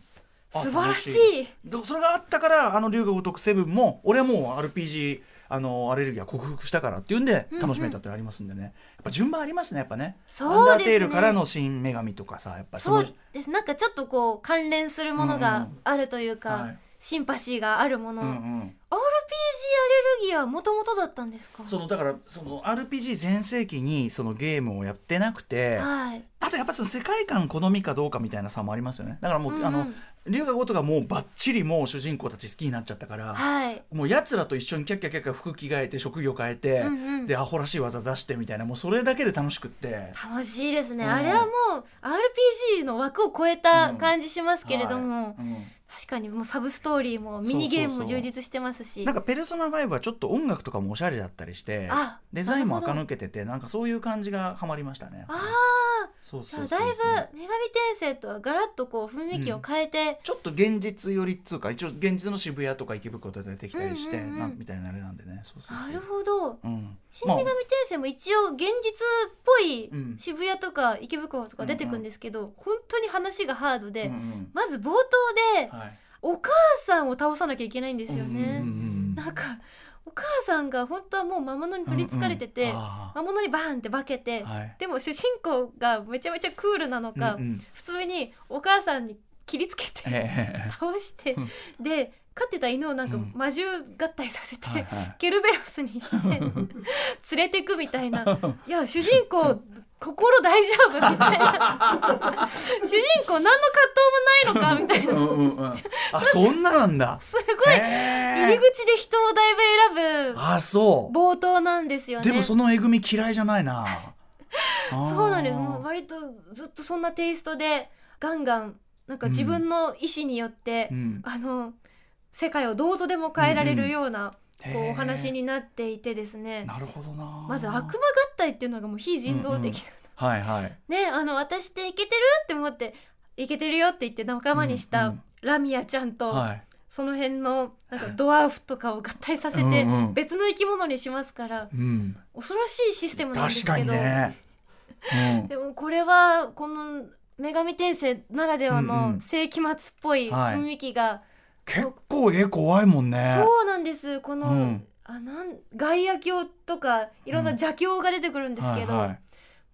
素晴らしい。 それがあったからあの龍が如くセブンも俺はもう アールピージー あのアレルギーは克服したからっていうんで楽しめたってありますんでね、うんうん、やっぱ順番ありますねやっぱね。 そうですね。 アンダーテールからの新女神とかさやっぱそのそうですなんかちょっとこう関連するものがあるというか、 うんうんはい、 シンパシーがあるもの、うんうん、アールピージー アレルギーはもともとだったんですか？ そのだからその アールピージー 全盛期にそのゲームをやってなくて、はい、あとやっぱその世界観好みかどうかみたいな差もありますよね。だからもう、うんうん、あの龍が如くがもうバッチリもう主人公たち好きになっちゃったから、はい、もうやつらと一緒にキャッキャキャッキャ服着替えて職業変えて、うんうん、でアホらしい技出してみたいなもうそれだけで楽しくって楽しいですね、うん、あれはもう アールピージー の枠を超えた感じしますけれども、うんはいうん確かにもうサブストーリーもミニゲームも充実してますし、そうそうそうなんかペルソナファイブはちょっと音楽とかもおしゃれだったりしてデザインも垢抜けててなんかそういう感じがハマりましたね。 あそうそうそうそうじゃあだいぶ女神転生とはガラッとこう雰囲気を変えて、うん、 ちょっと現実寄りっつうか一応現実の渋谷とか池袋とか出てきたりして、うんうんうん、なんみたいなあれなんでねそうそうそうなるほど、うん、新女神転生も一応現実っぽい渋谷とか池袋とか出てくるんですけど、うんうん、本当に話がハードで、うんうん、まず冒頭で、はいお母さんを倒さなきゃいけないんですよね、うんうん、なんかお母さんが本当はもう魔物に取りつかれてて、うんうん、魔物にバーンって化けて、はい、でも主人公がめちゃめちゃクールなのか、うんうん、普通にお母さんに切りつけて、えー、倒してで飼ってた犬をなんか魔獣合体させて、うんはいはい、ケルベロスにして連れてくみたいないや主人公心大丈夫みたいな主人公何の葛藤もないのかみたいなうん、うん、 あそんななんだすごい入り口で人をだいぶ選ぶあそう冒頭なんですよね。 でもそのえぐみ嫌いじゃないなそうなんです。もう割とずっとそんなテイストでガンガンなんか自分の意思によって、うん、あの世界をどうとでも変えられるような、うんうんこうお話になっていてですね。 なるほどな。 まず悪魔合体っていうのがもう非人道的な、うんうん、 はいはいねあの私ってイケてるって思ってイケてるよって言って仲間にしたラミアちゃんと、うんうんはい、その辺のなんかドワーフとかを合体させて別の生き物にしますから、うん、恐ろしいシステムなんですけど確かにね、 うん、でもこれはこの女神転生ならではの世紀末っぽい雰囲気が、うんうんはい結構絵怖いもんね。 そうなんですこの、うん、あなん外野鏡とかいろんな邪鏡が出てくるんですけど、うんはいはい、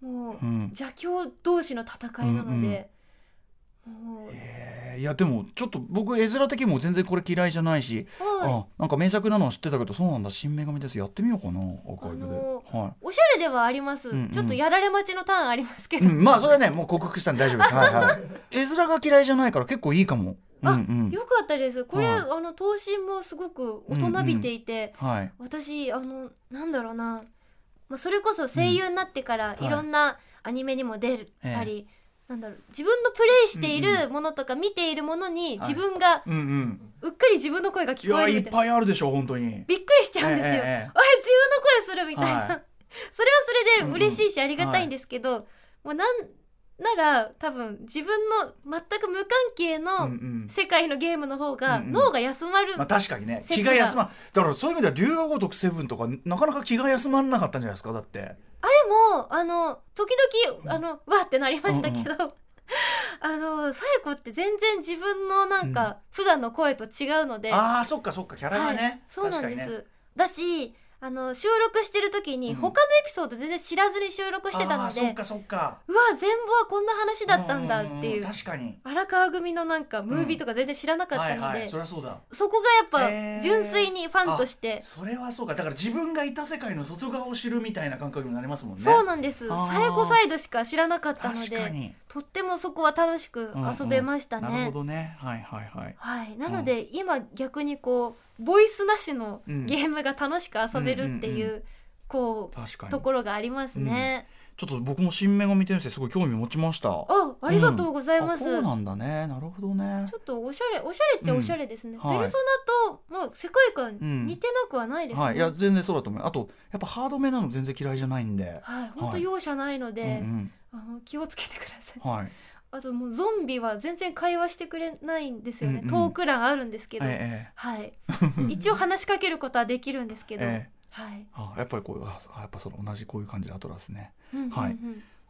もう、うん、邪鏡同士の戦いなので、うんうん、もうえー、いやでもちょっと僕絵面的にも全然これ嫌いじゃないし、はい、あなんか名作なのは知ってたけどそうなんだ新女神ですやってみようかなアーカイブで、あのーはい、 おしゃれではあります、うんうん、ちょっとやられ待ちのターンありますけど、 うん、まあそれはねもう克服したんで大丈夫ですはいはい絵面が嫌いじゃないから結構いいかもあ、 うんうん、 よかったですこれ、はい、あの頭身もすごく大人びていて、うんうんはい、私あのなんだろうな、まあ、それこそ声優になってからいろんなアニメにも出たり、うんはい、なんだろう自分のプレイしているものとか見ているものに自分が、はいうんうん、うっかり自分の声が聞こえるみたいな、 いやいっぱいあるでしょ本当にびっくりしちゃうんですよ、ええええ、あ自分の声するみたいな、はい、それはそれで嬉しいしありがたいんですけど、うんうんはい、もうなんなら多分自分の全く無関係の世界のゲームの方が脳が休まる、うんうんまあ、確かにね気が休まるだからそういう意味では龍が如くセブンとかなかなか気が休まらなかったんじゃないですかだってあでもあの時々あの、うん、わってなりましたけど、うんうん、あのサイコって全然自分のなんか、うん、普段の声と違うのでああそっかそっかキャラがね、はい、 そうなんです、ね、だしあの収録してる時に他のエピソード全然知らずに収録してたので、うん、あそっかそっかうわ全部はこんな話だったんだっていう、 確かに荒川組のなんかムービーとか全然知らなかったので、うんはいはい、 そりゃそうだそこがやっぱ純粋にファンとしてそれはそうかだから自分がいた世界の外側を知るみたいな感覚になりますもんね。 そうなんですサイコサイドしか知らなかったのでとってもそこは楽しく遊べましたね、うんうん、 なるほどねはいはいはい、 はい、なので、うん、今逆にこうボイスなしのゲームが楽しく遊べるっていう、うんうんうん、こうところがありますね、 うん、ちょっと僕も新女神転生すごい興味持ちました。 あ、ありがとうございます、 うん、そうなんだねなるほどねちょっとおしゃれおしゃれっちゃおしゃれですね、うんはい、ペルソナと、まあ、世界観似てなくはないですね、うんはい、 いや全然そうだと思う。あとやっぱハードめなの全然嫌いじゃないんで、 はい、本当容赦ないので、はいうんうん、あの気をつけてください、はいあともうゾンビは全然会話してくれないんですよね、うんうん、トーク欄あるんですけど、ええ、はい一応話しかけることはできるんですけど、ええはい、あやっぱりこうあやっぱその同じこういう感じでアトラスね、うんうんうん、はい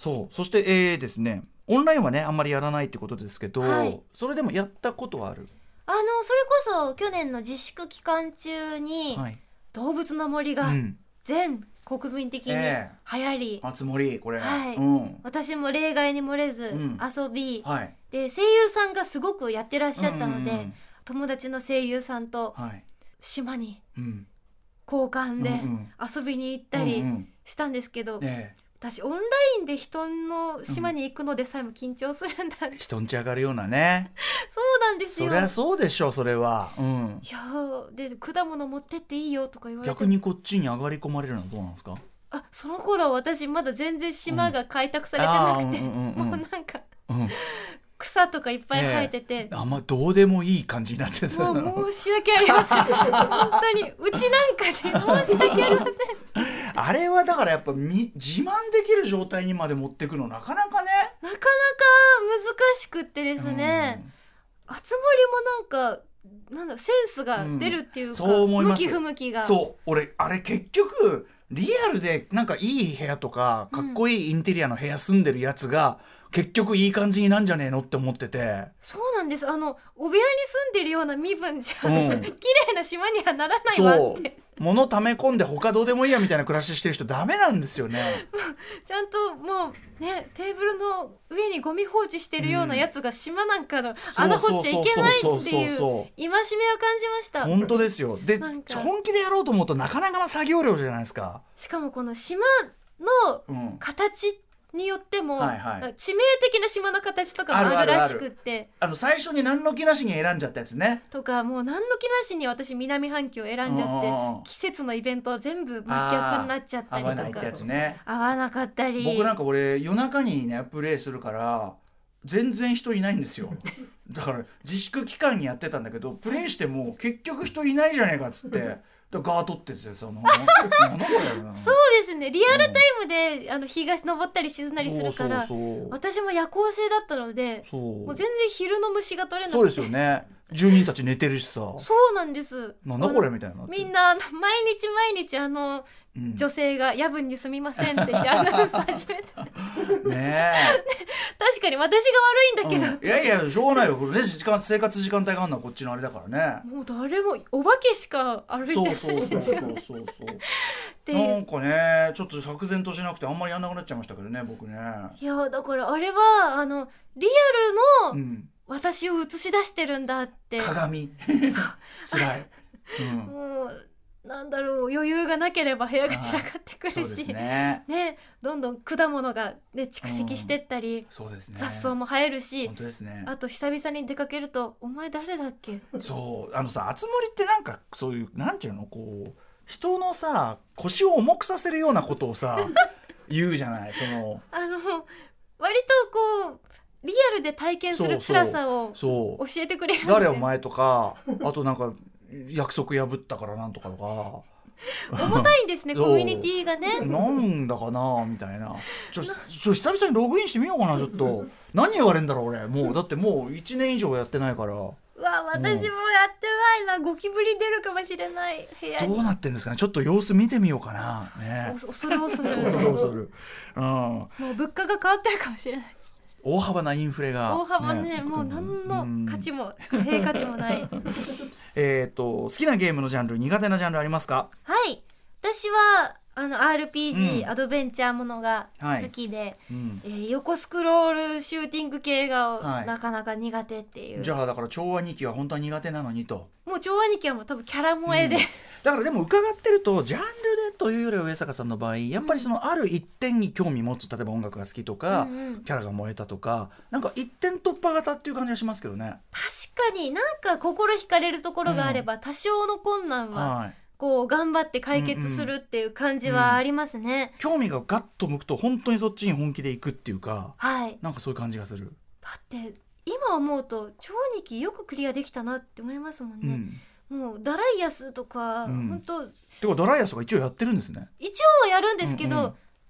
そうそして、えー、ですねオンラインはねあんまりやらないってことですけど、はい、それでもやったことはある？ あのそれこそ去年の自粛期間中に、はい、動物の森が全国民的に流行り、 あつ森これ、 はい、うん、私も例外に漏れず遊び、うん、はい、で声優さんがすごくやってらっしゃったので、うんうん、友達の声優さんと島に交換で遊びに行ったりしたんですけど、うんうん、ね、私オンラインで人の島に行くのでさえも緊張するんだ、うん、 人んち上がるようなねそうなんですよ。 そりゃそうでしょそれは、うん、 いやで果物持ってっていいよとか言われて、 逆にこっちに上がり込まれるのはどうなんですか？ あその頃私まだ全然島が開拓されてなくて、うん、もうなんか、うん、草とかいっぱい生えてて、 えー、あんまどうでもいい感じになってた。 もう申し訳ありません本当にうちなんかで申し訳ありませんあれはだからやっぱみ自慢できる状態にまで持っていくのなかなかねなかなか難しくってですね、あつ森もなんかなんだセンスが出るっていうか、うん、そう思います。向き不向きがそう俺あれ結局リアルでなんかいい部屋とかかっこいいインテリアの部屋住んでるやつが、うん、結局いい感じになんじゃねえのって思ってて。 そうなんです。あのお部屋に住んでるような身分じゃ、うん、綺麗な島にはならないわって物溜め込んで他どうでもいいやみたいな暮らししてる人ダメなんですよねちゃんともうねテーブルの上にゴミ放置してるようなやつが島なんかの穴掘っちゃいけないっていう戒めを感じました。 本当ですよ。で本気でやろうと思うとなかなかな作業量じゃないですか。 しかもこの島の形ってによっても、はいはい、致命的な島の形とかもあるらしくって、 あの最初に何の気なしに選んじゃったやつねとか、もう何の気なしに私南半球を選んじゃって、季節のイベントは全部真逆になっちゃったりとか、合わないってやつね。合わなかったり。 僕なんか俺夜中にねプレイするから全然人いないんですよだから自粛期間にやってたんだけどプレイしても結局人いないじゃねえかっつってガー取っててさそうですね、リアルタイムで、うん、あの日が昇ったり沈んだりするから、そうそうそう、私も夜行性だったのでもう全然昼の虫が取れなくて。 そうですよね、住人たち寝てるしさそうなんです。 なんだこれみたいな。 みんな毎日毎日あの、うん、女性が夜分にすみませんって言ってアナウンス始めてねえ確かに私が悪いんだけど、 うん、いやいやしょうがないよこれね、時間生活時間帯があるのはこっちのあれだからね。 もう誰もお化けしか歩いてない。 そうそうそうそうそうそうなんかねちょっと釈然としなくてあんまりやんなくなっちゃいましたけどね僕ね。 いやだからあれはあのリアルの、うん私を映し出してるんだって鏡つらい、 うん、もうなんだろう余裕がなければ部屋が散らかってくるし、ねね、どんどん果物が、ね、蓄積してったり、うんそうですね、雑草も生えるし本当です、ね、 あと久々に出かけるとお前誰だっけ。 そうあのさあつ森ってなんかそういうなんていうのこう人のさ腰を重くさせるようなことをさ言うじゃないそのあの割とこうリアルで体験する辛さを教えてくれるんですよ。 誰お前とかあとなんか約束破ったからなんとかとか重たいんですねコミュニティがね。 なんだかなみたいなちょちょ久々にログインしてみようかなちょっと何言われんだろう俺もうだってもういちねん以上やってないから。うわ私もやってないな、ゴキブリ出るかもしれない部屋に。 どうなってんですかねちょっと様子見てみようかな、 ね、恐る恐る恐る恐る、うん、 もう物価が変わってるかもしれない。 大幅なインフレが、 大幅ね、ねもう何の価値も貨幣価値もないえっと好きなゲームのジャンル苦手なジャンルありますか？ はい私はあの アールピージー、うん、アドベンチャーものが好きで、はいうんえー、横スクロールシューティング系がなかなか苦手っていう、はい、 じゃあだから調和にきは本当は苦手なのにと。 もう調和にきはもう多分キャラ萌えで、うん、 だからでも伺ってるとジャンルでというよりは上坂さんの場合やっぱりそのある一点に興味持つ、例えば音楽が好きとか、うんうん、キャラが燃えたとかなんか一点突破型っていう感じがしますけどね。 確かになんか心惹かれるところがあれば、うん、多少の困難は、はいこう頑張って解決するっていう感じはありますね、うんうん、 興味がガッと向くと本当にそっちに本気でいくっていうか、はい、なんかそういう感じがする。 だって今思うと超にきよくクリアできたなって思いますもんね、うん、もうダライアスとか、うん、本当てかダライアスが一応やってるんですね。 一応はやるんですけど、うんうん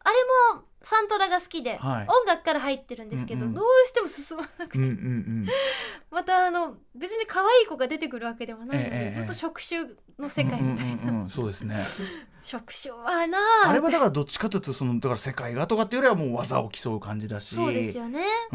あれもサントラが好きで、 はい、 音楽から入ってるんですけど、うんうん、どうしても進まなくて、うんうんうん、またあの別に可愛い子が出てくるわけでもないので、ええ、ずっと触手の世界みたいな、うんうんうん、 そうですね触手はなあれはだからどっちかというとそのだから世界がとかっていうよりはもう技を競う感じだし、 そうですよね、 うん、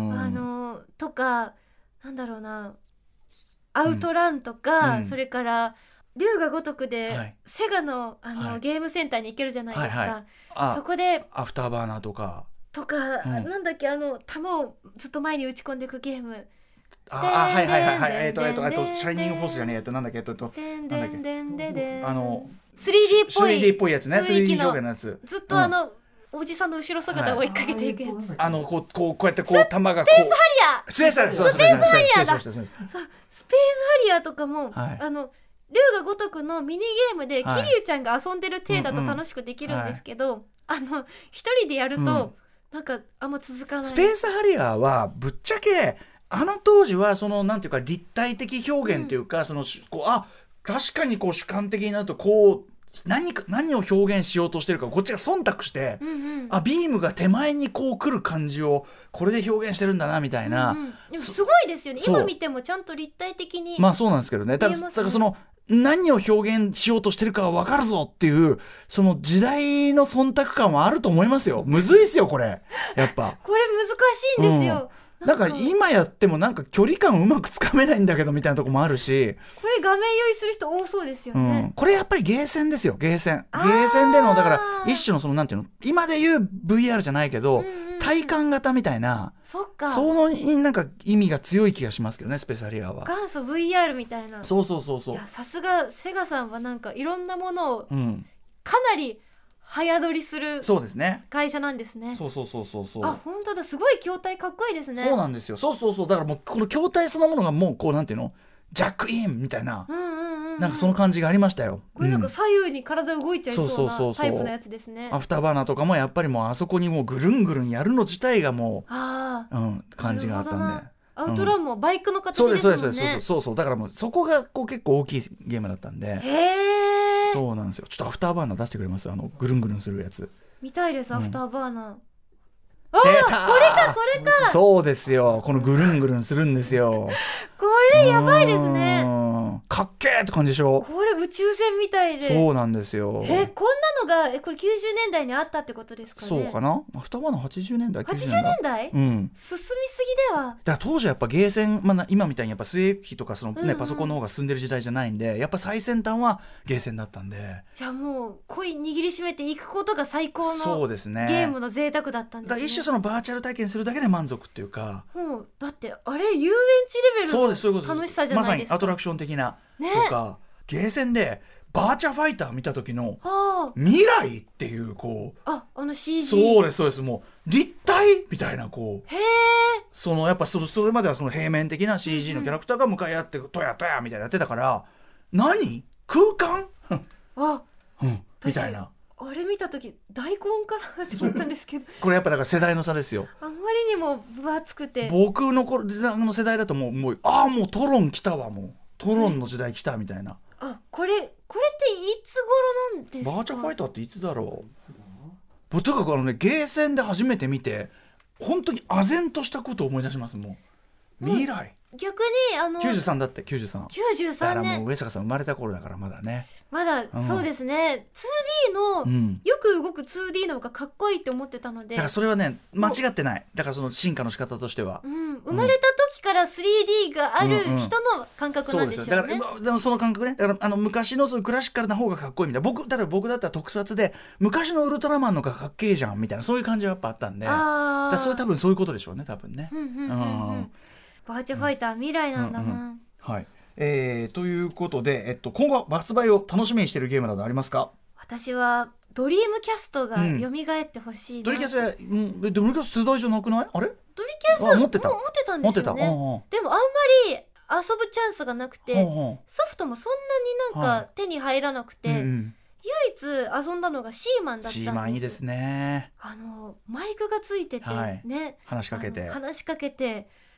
あのとかなんだろうなアウトランとか、うん、それから龍が如くで、はい、セガ の, あの、はい、ゲームセンターに行けるじゃないですか、はいはい、そこでアフターバーナーとかとか、うん、なんだっけあの弾をずっと前に打ち込んでいくゲーム、 ああはいはいはいはいえっとえっとえっとシャイニングフォースじゃねええっとなんだっけえっとなんだっけあのスリーディー っぽいスリーディー っぽいやつね スリーディー 表現のやつずっとあの、うん、おじさんの後ろ姿を追いかけていくやつ、はい、 あのこうこうこうやってこう弾がこうスペースハリアースペースハリアースペースハリアーだスペースハリアーとかも、はい、あの龍が如くのミニゲームで桐生ちゃんが遊んでる体だと楽しくできるんですけど、はいうんうん、あの一人でやると、うん、なんかあんま続かない。 スペースハリアーはぶっちゃけあの当時はそのなんていうか立体的表現というか、うん、そのこうあ確かにこう主観的になるとこう何か何を表現しようとしてるかこっちが忖度して、うんうん、あビームが手前にこう来る感じをこれで表現してるんだなみたいな、うんうん、 でもすごいですよね。今見てもちゃんと立体的にまあそうなんですけどね。ただ、だからその何を表現しようとしてるかは分かるぞっていうその時代の忖度感はあると思いますよ。むずいっすよこれやっぱこれ難しいんですよ、 うん、なんか今やってもなんか距離感うまくつかめないんだけどみたいなとこもあるし、 これ画面酔いする人多そうですよね、 うん、これやっぱりゲーセンですよ。ゲーセンゲーセンでのだから一種のそのなんていうの今でいう ブイアール じゃないけど、うんうん体感型みたいな、 そっかそのなんか意味が強い気がしますけどねスペシャリアは。 元祖 ブイアール みたいな。 そうそうそうそう。いやさすがセガさんはなんかいろんなものをかなり早撮りする会社なんですね。 そうそうそうそうそう。 あ本当だすごい筐体かっこいいですね。 そうなんですよ。そうそうそうだからもうこの筐体そのものがもうこうなんていうのジャックインみたいな、うんうんうんうん、なんかその感じがありましたよ。 これなんか左右に体動いちゃいそうなタイプのやつですね。 アフターバーナーとかもやっぱりもうあそこにもうぐるんぐるんやるの自体がもう、あ、うん、感じがあったんで。 アウトランもバイクの形ですもんね、うん、そうですそうですそうですそうそうだからもうそこがこう結構大きいゲームだったんで。 へーそうなんですよ。ちょっとアフターバーナー出してくれます？あのぐるんぐるんするやつ見たいです。アフターバーナー、うんあこれかこれか。 そうですよ。このぐるんぐるんするんですよこれやばいですね。 かっけーって感じでしょ。 これ宇宙船みたいで。 そうなんですよ。 えこんなのがえこれきゅうじゅうねんだいにあったってことですかね。 そうかな。アフターバーナーはちじゅうねんだいはちじゅうねんだい、うん、進みすぎでは。だから当時はやっぱゲーセン、まあ、今みたいにやっぱ据え置きとかその、ねうんうん、パソコンの方が進んでる時代じゃないんでやっぱ最先端はゲーセンだったんで。 じゃあもう恋握りしめていくことが最高のそうです、ね、ゲームの贅沢だったんですね。 だから一種そのバーチャル体験するだけで満足っていうか。 もうだってあれ遊園地レベルの楽しさじゃないですか。まさにアトラクション的な、ね、とかゲーセンでバーチャファイター見た時の未来っていうこうああの シージーそうですそうですもう立体みたいなこうへーそのやっぱそれ、それまではその平面的な シージー のキャラクターが向かい合ってトヤトヤみたいなやってたから何空間あ、 うん、みたいなあれ見た時大根かなって思ったんですけどこれやっぱだから世代の差ですよ。 あんまりにも分厚くて僕の頃の世代だともう、もうああもうトロン来たわもうトロンの時代来たみたいな。 あこれこれっていつ頃なんですか。 バーチャファイターっていつだろう。僕とにかくあのねゲーセンで初めて見て本当に唖然としたことを思い出しますもう未来、 うん、逆にあのきゅうじゅうさんだってきゅうじゅうさんきゅうじゅうさんねんだからもう上坂さん生まれた頃だからまだねまだ、うん、そうですね ツーディー の、うん、よく動く ツーディー の方がかっこいいって思ってたのでだからそれはね間違ってない。だからその進化の仕方としては、 うん、生まれた時から スリーディー がある人の感覚なんでしょうね、うんうん、 そうですよ。だからその感覚ねだからあの昔のそういうクラシカルな方がかっこいいみたいな。僕だから僕だったら特撮で昔のウルトラマンの方がかっけえじゃんみたいなそういう感じはやっぱあったんであだそれ多分そういうことでしょうね多分ね。うんうんうんうん、 バーチャファイター、うん、未来なんだな、うんうん、 はいえー、ということで、えっと、今後発売を楽しみにしているゲームなどありますか。 私はドリームキャストが蘇ってほしいな、うん、 ドリキャスは、うん、ドリキャス世代じゃなくないあれドリキャスは持ってた持ってたんですよね。でもあんまり遊ぶチャンスがなくてソフトもそんなになんか手に入らなくて、はいうん、唯一遊んだのがシーマンだったんです。 シーマンいいですね。 あのマイクがついてて、はい、ね話しかけて話しかけて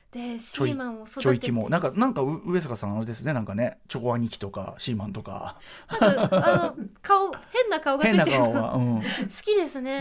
でシーマンを育てて、 ちょいキモなんかなんか上坂さんあれですね、なんかねチョコ兄貴とかシーマンとかなんかあの顔変な顔がついてる変な顔が、うん、 好きですね、 うん、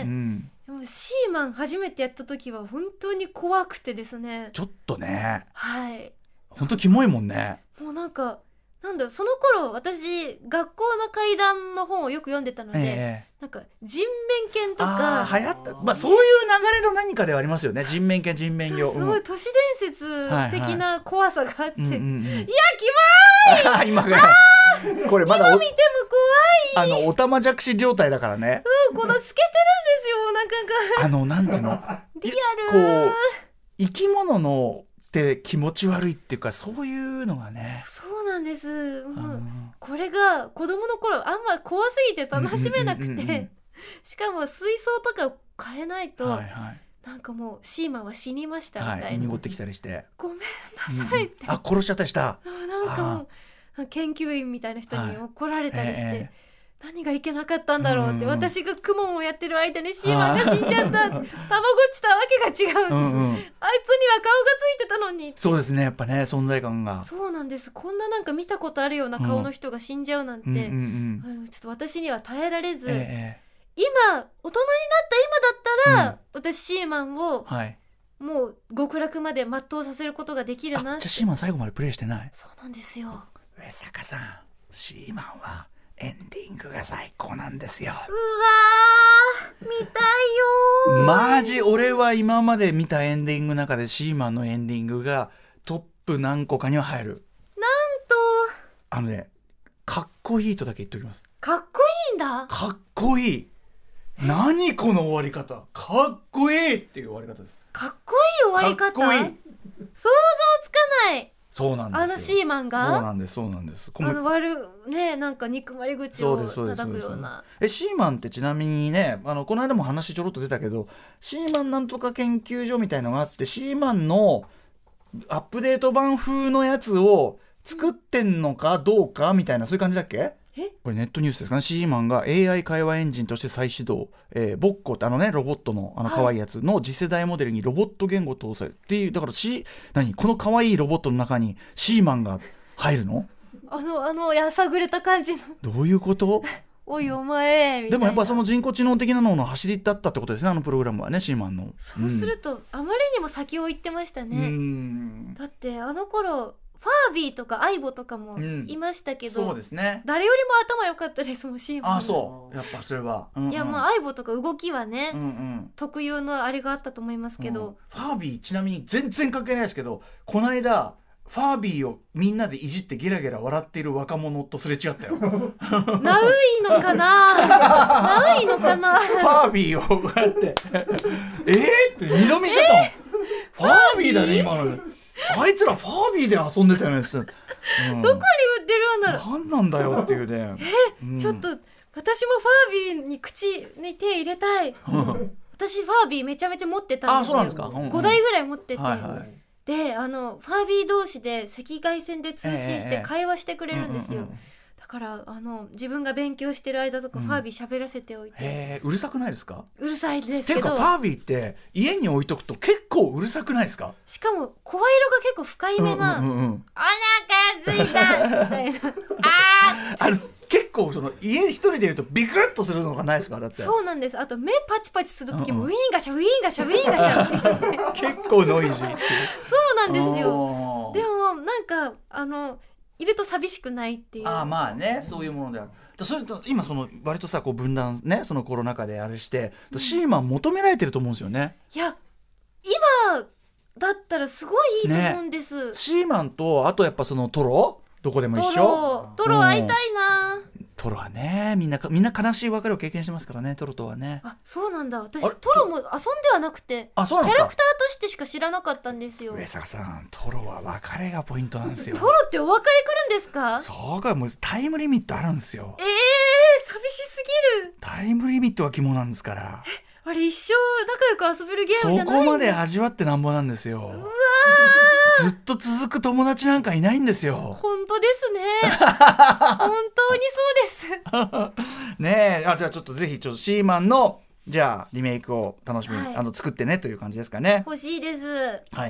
でもシーマン初めてやった時は本当に怖くてですね。 ちょっとね、 はい本当キモいもんね。 もうなんかなんだその頃私学校の怪談の本をよく読んでたので、えー、なんか人面犬とかあ流行った、まあ、そういう流れの何かではありますよね。人面犬人面魚すごい都市伝説的な怖さがあって、はいはい、いやキモい今がこれまだ今見ても怖いあのおたまじゃくし状態だからね。 うんこの透けてるんですよなんかあのなんていうのリアルこう生き物のって気持ち悪いっていうかそういうのがね。 そうなんです、もうこれが子供の頃あんま怖すぎて楽しめなくて、うんうんうんうん、しかも水槽とかを変えないと、はいはい、なんかもうシーマンは死にましたみたいな、はい、 濁ってきたりしてごめんなさいって、 うんうん、あ殺しちゃったりした。 なんかもう研究員みたいな人に怒られたりして、はいえー何がいけなかったんだろうって、うんうん、私がクモンをやってる間にシーマンが死んじゃったたまごっちたわけが違うって、うんうん、あいつには顔がついてたのに。 そうですねやっぱね存在感が。 そうなんです。こんななんか見たことあるような顔の人が死んじゃうなんて、うんうんうんうん、ちょっと私には耐えられず、えー、今大人になった今だったら、うん、私シーマンを、はい、もう極楽まで全うさせることができるなって。 あじゃあシーマン最後までプレイしてない？ そうなんですよ。 上坂さんシーマンはエンディングが最高なんですよ。うわー見たいよー。 マジ俺は今まで見たエンディングの中でシーマンのエンディングがトップ何個かには入る。 なんとあのねかっこいいとだけ言っておきます。 かっこいいんだ。 かっこいい。何この終わり方かっこいいっていう終わり方です。 かっこいい終わり方。かっこいい。想像つかない。 そうなんですよ。 あのシーマンがそうなんですそうなんです。 あの悪ねなんか憎まれ口を叩くような。 えシーマンってちなみにねあのこの間も話ちょろっと出たけどシーマンなんとか研究所みたいのがあってシーマンのアップデート版風のやつを作ってんのかどうかみたいなそういう感じだっけ？えこれネットニュースですかね。シーマンが エーアイ 会話エンジンとして再始動、えー、ボッコってあのねロボットのあの可愛いやつの次世代モデルにロボット言語搭載っていうだからシ何この可愛いロボットの中にシーマンが入るの？ あのあのやさぐれた感じのどういうことおいお前みたいな。 でもやっぱその人工知能的なのの走りだったってことですねあのプログラムはねシーマンの。 そうすると、うん、あまりにも先を行ってましたね。うんだってあの頃ファービーとかアイボとかもいましたけど、うん、 そうですね誰よりも頭良かったですもんシーマン。 あそうやっぱそれは、うんうん、 いやまあアイボとか動きはね、うんうん、特有のあれがあったと思いますけど、うん、 ファービーちなみに全然関係ないですけどこの間ファービーをみんなでいじってゲラゲラ笑っている若者とすれ違ったよナウいのかなナウいのかなファービーをこうやってえーって二度見しちゃったの、えー、ファービーだね今のあいつらファービーで遊んでたよねって、うん、どこに売ってるんだろう何なんだよっていうねえ、うん、ちょっと私もファービーに口に手入れたい私ファービーめちゃめちゃ持ってたんですよ。あ、そうなんですか、うんうん、ごだいぐらい持ってて、はいはい、であのファービー同士で赤外線で通信して会話してくれるんですよ、えーうんうんうん、だからあの自分が勉強してる間とかファービー喋らせておいて、うん、 へーうるさくないですか？ うるさいですけどていうかファービーって家に置いとくと結構うるさくないですか？ しかも声色が結構深いめな、うんうんうんうん、お腹すいたみたいなああの結構その家一人でいるとビクッとするのがないですか？だってそうなんです。あと目パチパチする時もウィーンガシャウィーンガシャウィーンガシャって言って結構ノイジーってそうなんですよ。でもなんかあのいると寂しくないっていう。 ああまあねそういうものである。それと今その割とさこう分断ねそのコロナ禍であれして、うん、シーマン求められてると思うんですよね。 いや今だったらすごいいいと思うんです、 ね、シーマンとあとやっぱそのトロどこでも一緒。トロトロ会いたいな、 うん、トロはねみんなみんな悲しい別れを経験してますからねトロとはね。 あそうなんだ。私トロも遊んではなくてあそうなんですかキャラクターとしてしか知らなかったんですよ。 上坂さんトロは別れがポイントなんですよ。 トロってお別れ来るんですか？ そうかもうタイムリミットあるんですよ。 えー寂しすぎる。 タイムリミットは肝なんですから。 あれ一生仲良く遊べるゲームじゃない。 そこまで味わってなんぼなんですよ。うわずっと続く友達なんかいないんですよ。 本当ですね本当にそうですねえ。あじゃあちょっとぜひちょっとシーマンのじゃあリメイクを楽しみに、はい、あの作ってねという感じですかね。 欲しいです。 はい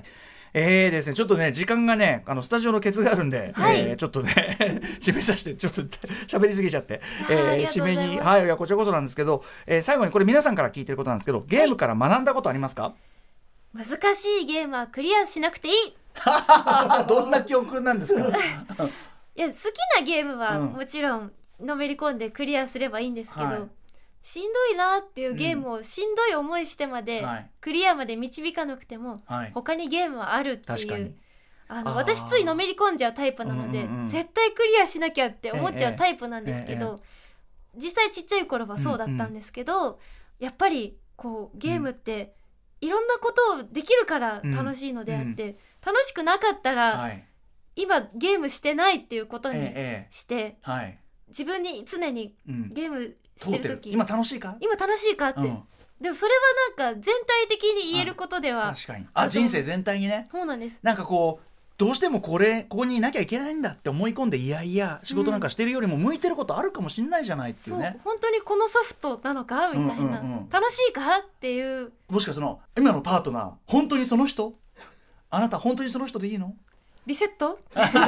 えーですね、ちょっとね時間がねあのスタジオのケツがあるんで、 はいえーちょっとね締めさせてちょっと喋りすぎちゃって、えーありがと締めうございますにはいいやこちらこそなんですけど、えー最後にこれ皆さんから聞いてることなんですけど、ゲームから学んだことありますか？ 難しいゲームはクリアしなくていい。 どんな教訓なんですか？ いや好きなゲームはうんもちろんのめり込んでクリアすればいいんですけど、 はいしんどいなっていうゲームをしんどい思いしてまではいクリアまで導かなくても、 はい他にゲームはあるっていう確かに。 あのあー私ついのめり込んじゃうタイプなので、 うんうんうん絶対クリアしなきゃって思っちゃうタイプなんですけど、 え実際ちっちゃい頃はそうだったんですけど、やっぱりこうゲームっていろんなことをできるから楽しいのであって、楽しくなかったら、 はい今ゲームしてないっていうことにええして、 はい自分に常にうんゲームし通っててるる時今楽しいか？ 今楽しいかって、 うんでもそれはなんか全体的に言えることでは、 確かにあ人生全体にねそうなんです。 なんかこうどうしてもこれここにいなきゃいけないんだって思い込んでいやいや仕事なんかしてるよりも向いてることあるかもしれないじゃないっていそううね。 本当にこのソフトなのかみたいな、 うんうんうん楽しいかっていうもしかその今のパートナー本当にその人あなた本当にその人でいいの？ リセット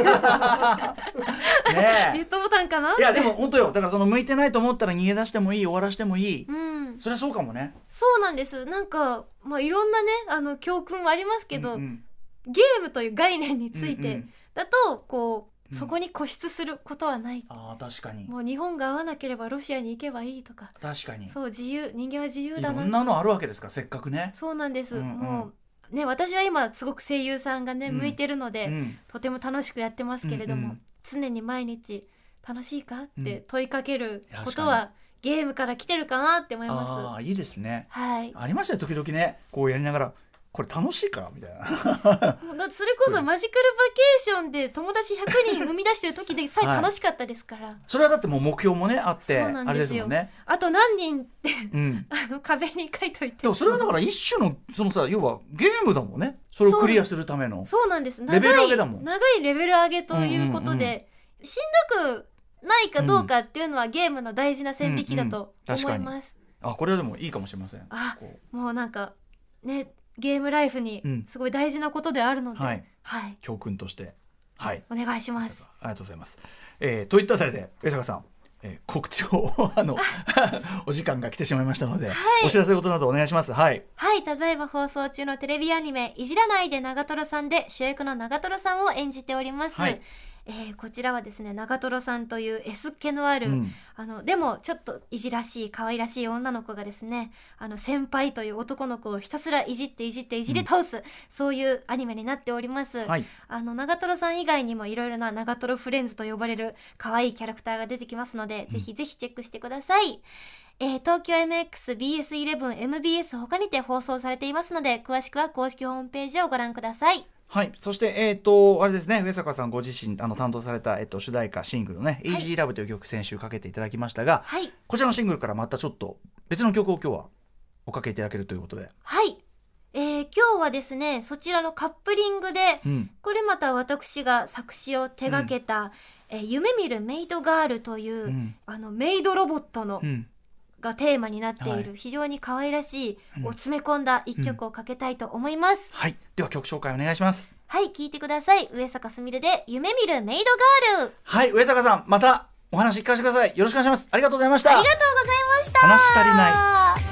ねリセットボタンかな。 えいやでも本当よだからその向いてないと思ったら逃げ出してもいい終わらしてもいい、 うん、 それはそうかもね。 そうなんです。なんかまあいろんなねあの教訓はありますけど、 うんうんゲームという概念についてうんうんだとこう、 うんそこに固執することはない、 あー確かにもう日本が合わなければロシアに行けばいいとか、 確かにそう自由人間は自由いだなろんなのあるわけですからせっかくね。 そうなんです、 うんうんもうね私は今すごく声優さんがね、 うん向いてるので、 うんとても楽しくやってますけれども、 うんうん常に毎日楽しいかっうんて問いかけること確は、ゲームから来てるかなって思いあまあいいですね。 す。はいありましたよ時々ねこうやりながらこれ楽しいかみたいなもうだってそれこそマジカルバケーションで友達ひゃくにん生み出してる時でさえ楽しかったですから、 それはだってもう目標もねあってそうなんあれですよですもんね。 あと何人ってうんあの壁に書いといて。 でもそれはだから一種のそのさ要はゲームだもんねそれをクリアするための。 そうなんです。長いレベル上げだもん長いレベル上げということで、 うんうんしんどくないかどうかっていうのは、ゲームの大事な線引きだとうんうん思います。 あこれはでもいいかもしれません。 あこもうなんかねゲームライフにうんすごい大事なことであるので、 はいはい、 う教訓としてはいお願いします。 ありがとうございます。えー、といったあたりで上坂さん、えー、告知をあのお時間が来てしまいましたので、お知らせ事などお願いします。はいはい、ただいま放送中のテレビアニメいじらないで長瀞さんで主役の長瀞さんを演じております。 はいえーこちらはですね長瀞さんという S っ気のある、 うんあのでもちょっといじらしい可愛らしい女の子がですねあの先輩という男の子をひたすらいじっていじっていじり倒す、そういうアニメになっております。 はいあの長瀞さん以外にもいろいろな長瀞フレンズと呼ばれる可愛いキャラクターが出てきますので、ぜひぜひチェックしてください。えー東京 エムエックス、ビーエスイレブン、エムビーエス 他にて放送されていますので、詳しくは公式ホームページをご覧ください。 はいそしてえっ、とあれですね上坂さんご自身あの担当された、えっと、主題歌シングルのね「 はいイージーラブ という曲先週かけていただきましたが、 はい。 こちらのシングルからまたちょっと別の曲を今日はおかけいただけるということで、 はい。えー今日はですね、そちらのカップリングで、 うんこれまた私が作詞を手掛けた、えー夢見るメイドガールという、 うんあのメイドロボットの、 うんがテーマになっている、 はい非常に可愛らしい、 うんを詰め込んだ一曲をかけたいと思います。 はいでは曲紹介お願いします。 はい、聞いてください。上坂すみれで夢見るメイドガール。 はい上坂さんまたお話聞かせてください。よろしくお願いします。ありがとうございました。 ありがとうございました。 話し足りない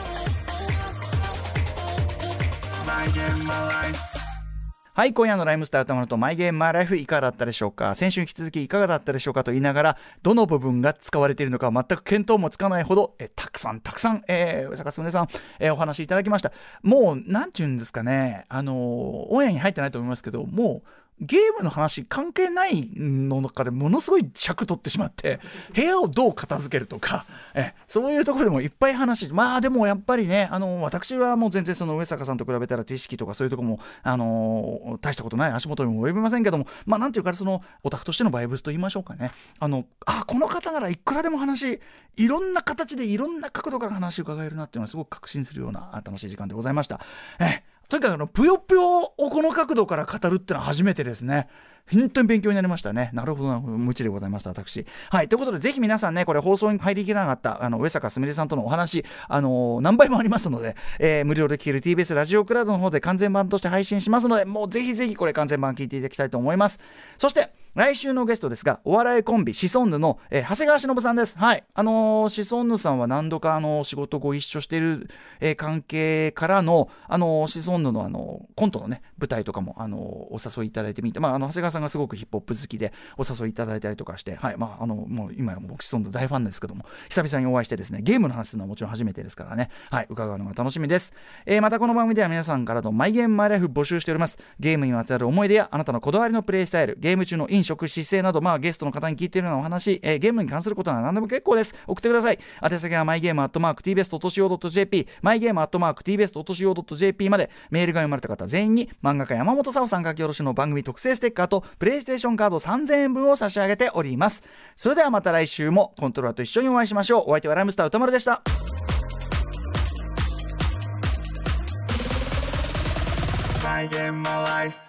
はい、今夜のライムスター歌丸とマイゲームマイライフいかがだったでしょうか。先週に引き続きいかがだったでしょうかと言いながら、どの部分が使われているのか全く見当もつかないほどえたくさんたくさん、えー、上坂すみれさん、えー、お話いただきました。もうなんていうんですかね、あのー、オンエアに入ってないと思いますけど、もうゲームの話関係ないの中でものすごい尺取ってしまって部屋をどう片付けるとかえそういうところでもいっぱい話まあでもやっぱりねあの私はもう全然その上坂さんと比べたら知識とかそういうところもあの大したことない足元にも及びませんけどもまあなんていうかそのオタクとしてのバイブスと言いましょうかねあのあこの方ならいくらでも話いろんな形でいろんな角度から話を伺えるなっていうのはすごく確信するような楽しい時間でございました。えとにかくあのぷよぷよをこの角度から語るってのは初めてですね。 本当に勉強になりましたね。なるほどな、無知でございました私。はい、ということでぜひ皆さんね、これ放送に入りきらなかったあの上坂すみれさんとのお話、あのー、何倍もありますので、えー、無料で聴ける ティービーエス ラジオクラウドの方で完全版として配信しますので、もうぜひぜひこれ完全版聞いていただきたいと思います。そして来週のゲストですが、お笑いコンビシソンヌの、えー、長谷川忍さんです。はい、あのー、シソンヌさんは何度かあのー、仕事ご一緒している、えー、関係からの、あのー、シソンヌの、あのー、コントのね舞台とかも、あのー、お誘いいただいてみて、まあ、あの長谷川さんがすごくヒップホップ好きでお誘いいただいたりとかして、はい、まあ、あのもう今や僕シソンヌ大ファンですけども、久々にお会いしてですね、ゲームの話するのはもちろん初めてですからね、はい、伺うのが楽しみです。えー、またこの番組では皆さんからのマイゲームマイライフ募集しております。ゲームにまつわる思い出やあなたのこだわりのプレイスタイル、ゲーム中の飲食姿勢など、まあ、ゲストの方に聞いているようなお話、えー、ゲームに関することは何でも結構です。送ってください。宛先はマイゲームアットマーク ティービーエスドットシーオードットジェーピー マイゲームアットマーク ティービーエスドットシーオードットジェーピー まで。メールが読まれた方全員に漫画家山本沙央さん書き下ろしの番組特製ステッカーとプレイステーションカードさんぜんえんぶんを差し上げております。それではまた来週もコントローラーと一緒にお会いしましょう。お相手はライムスター歌丸でした。 My game, my life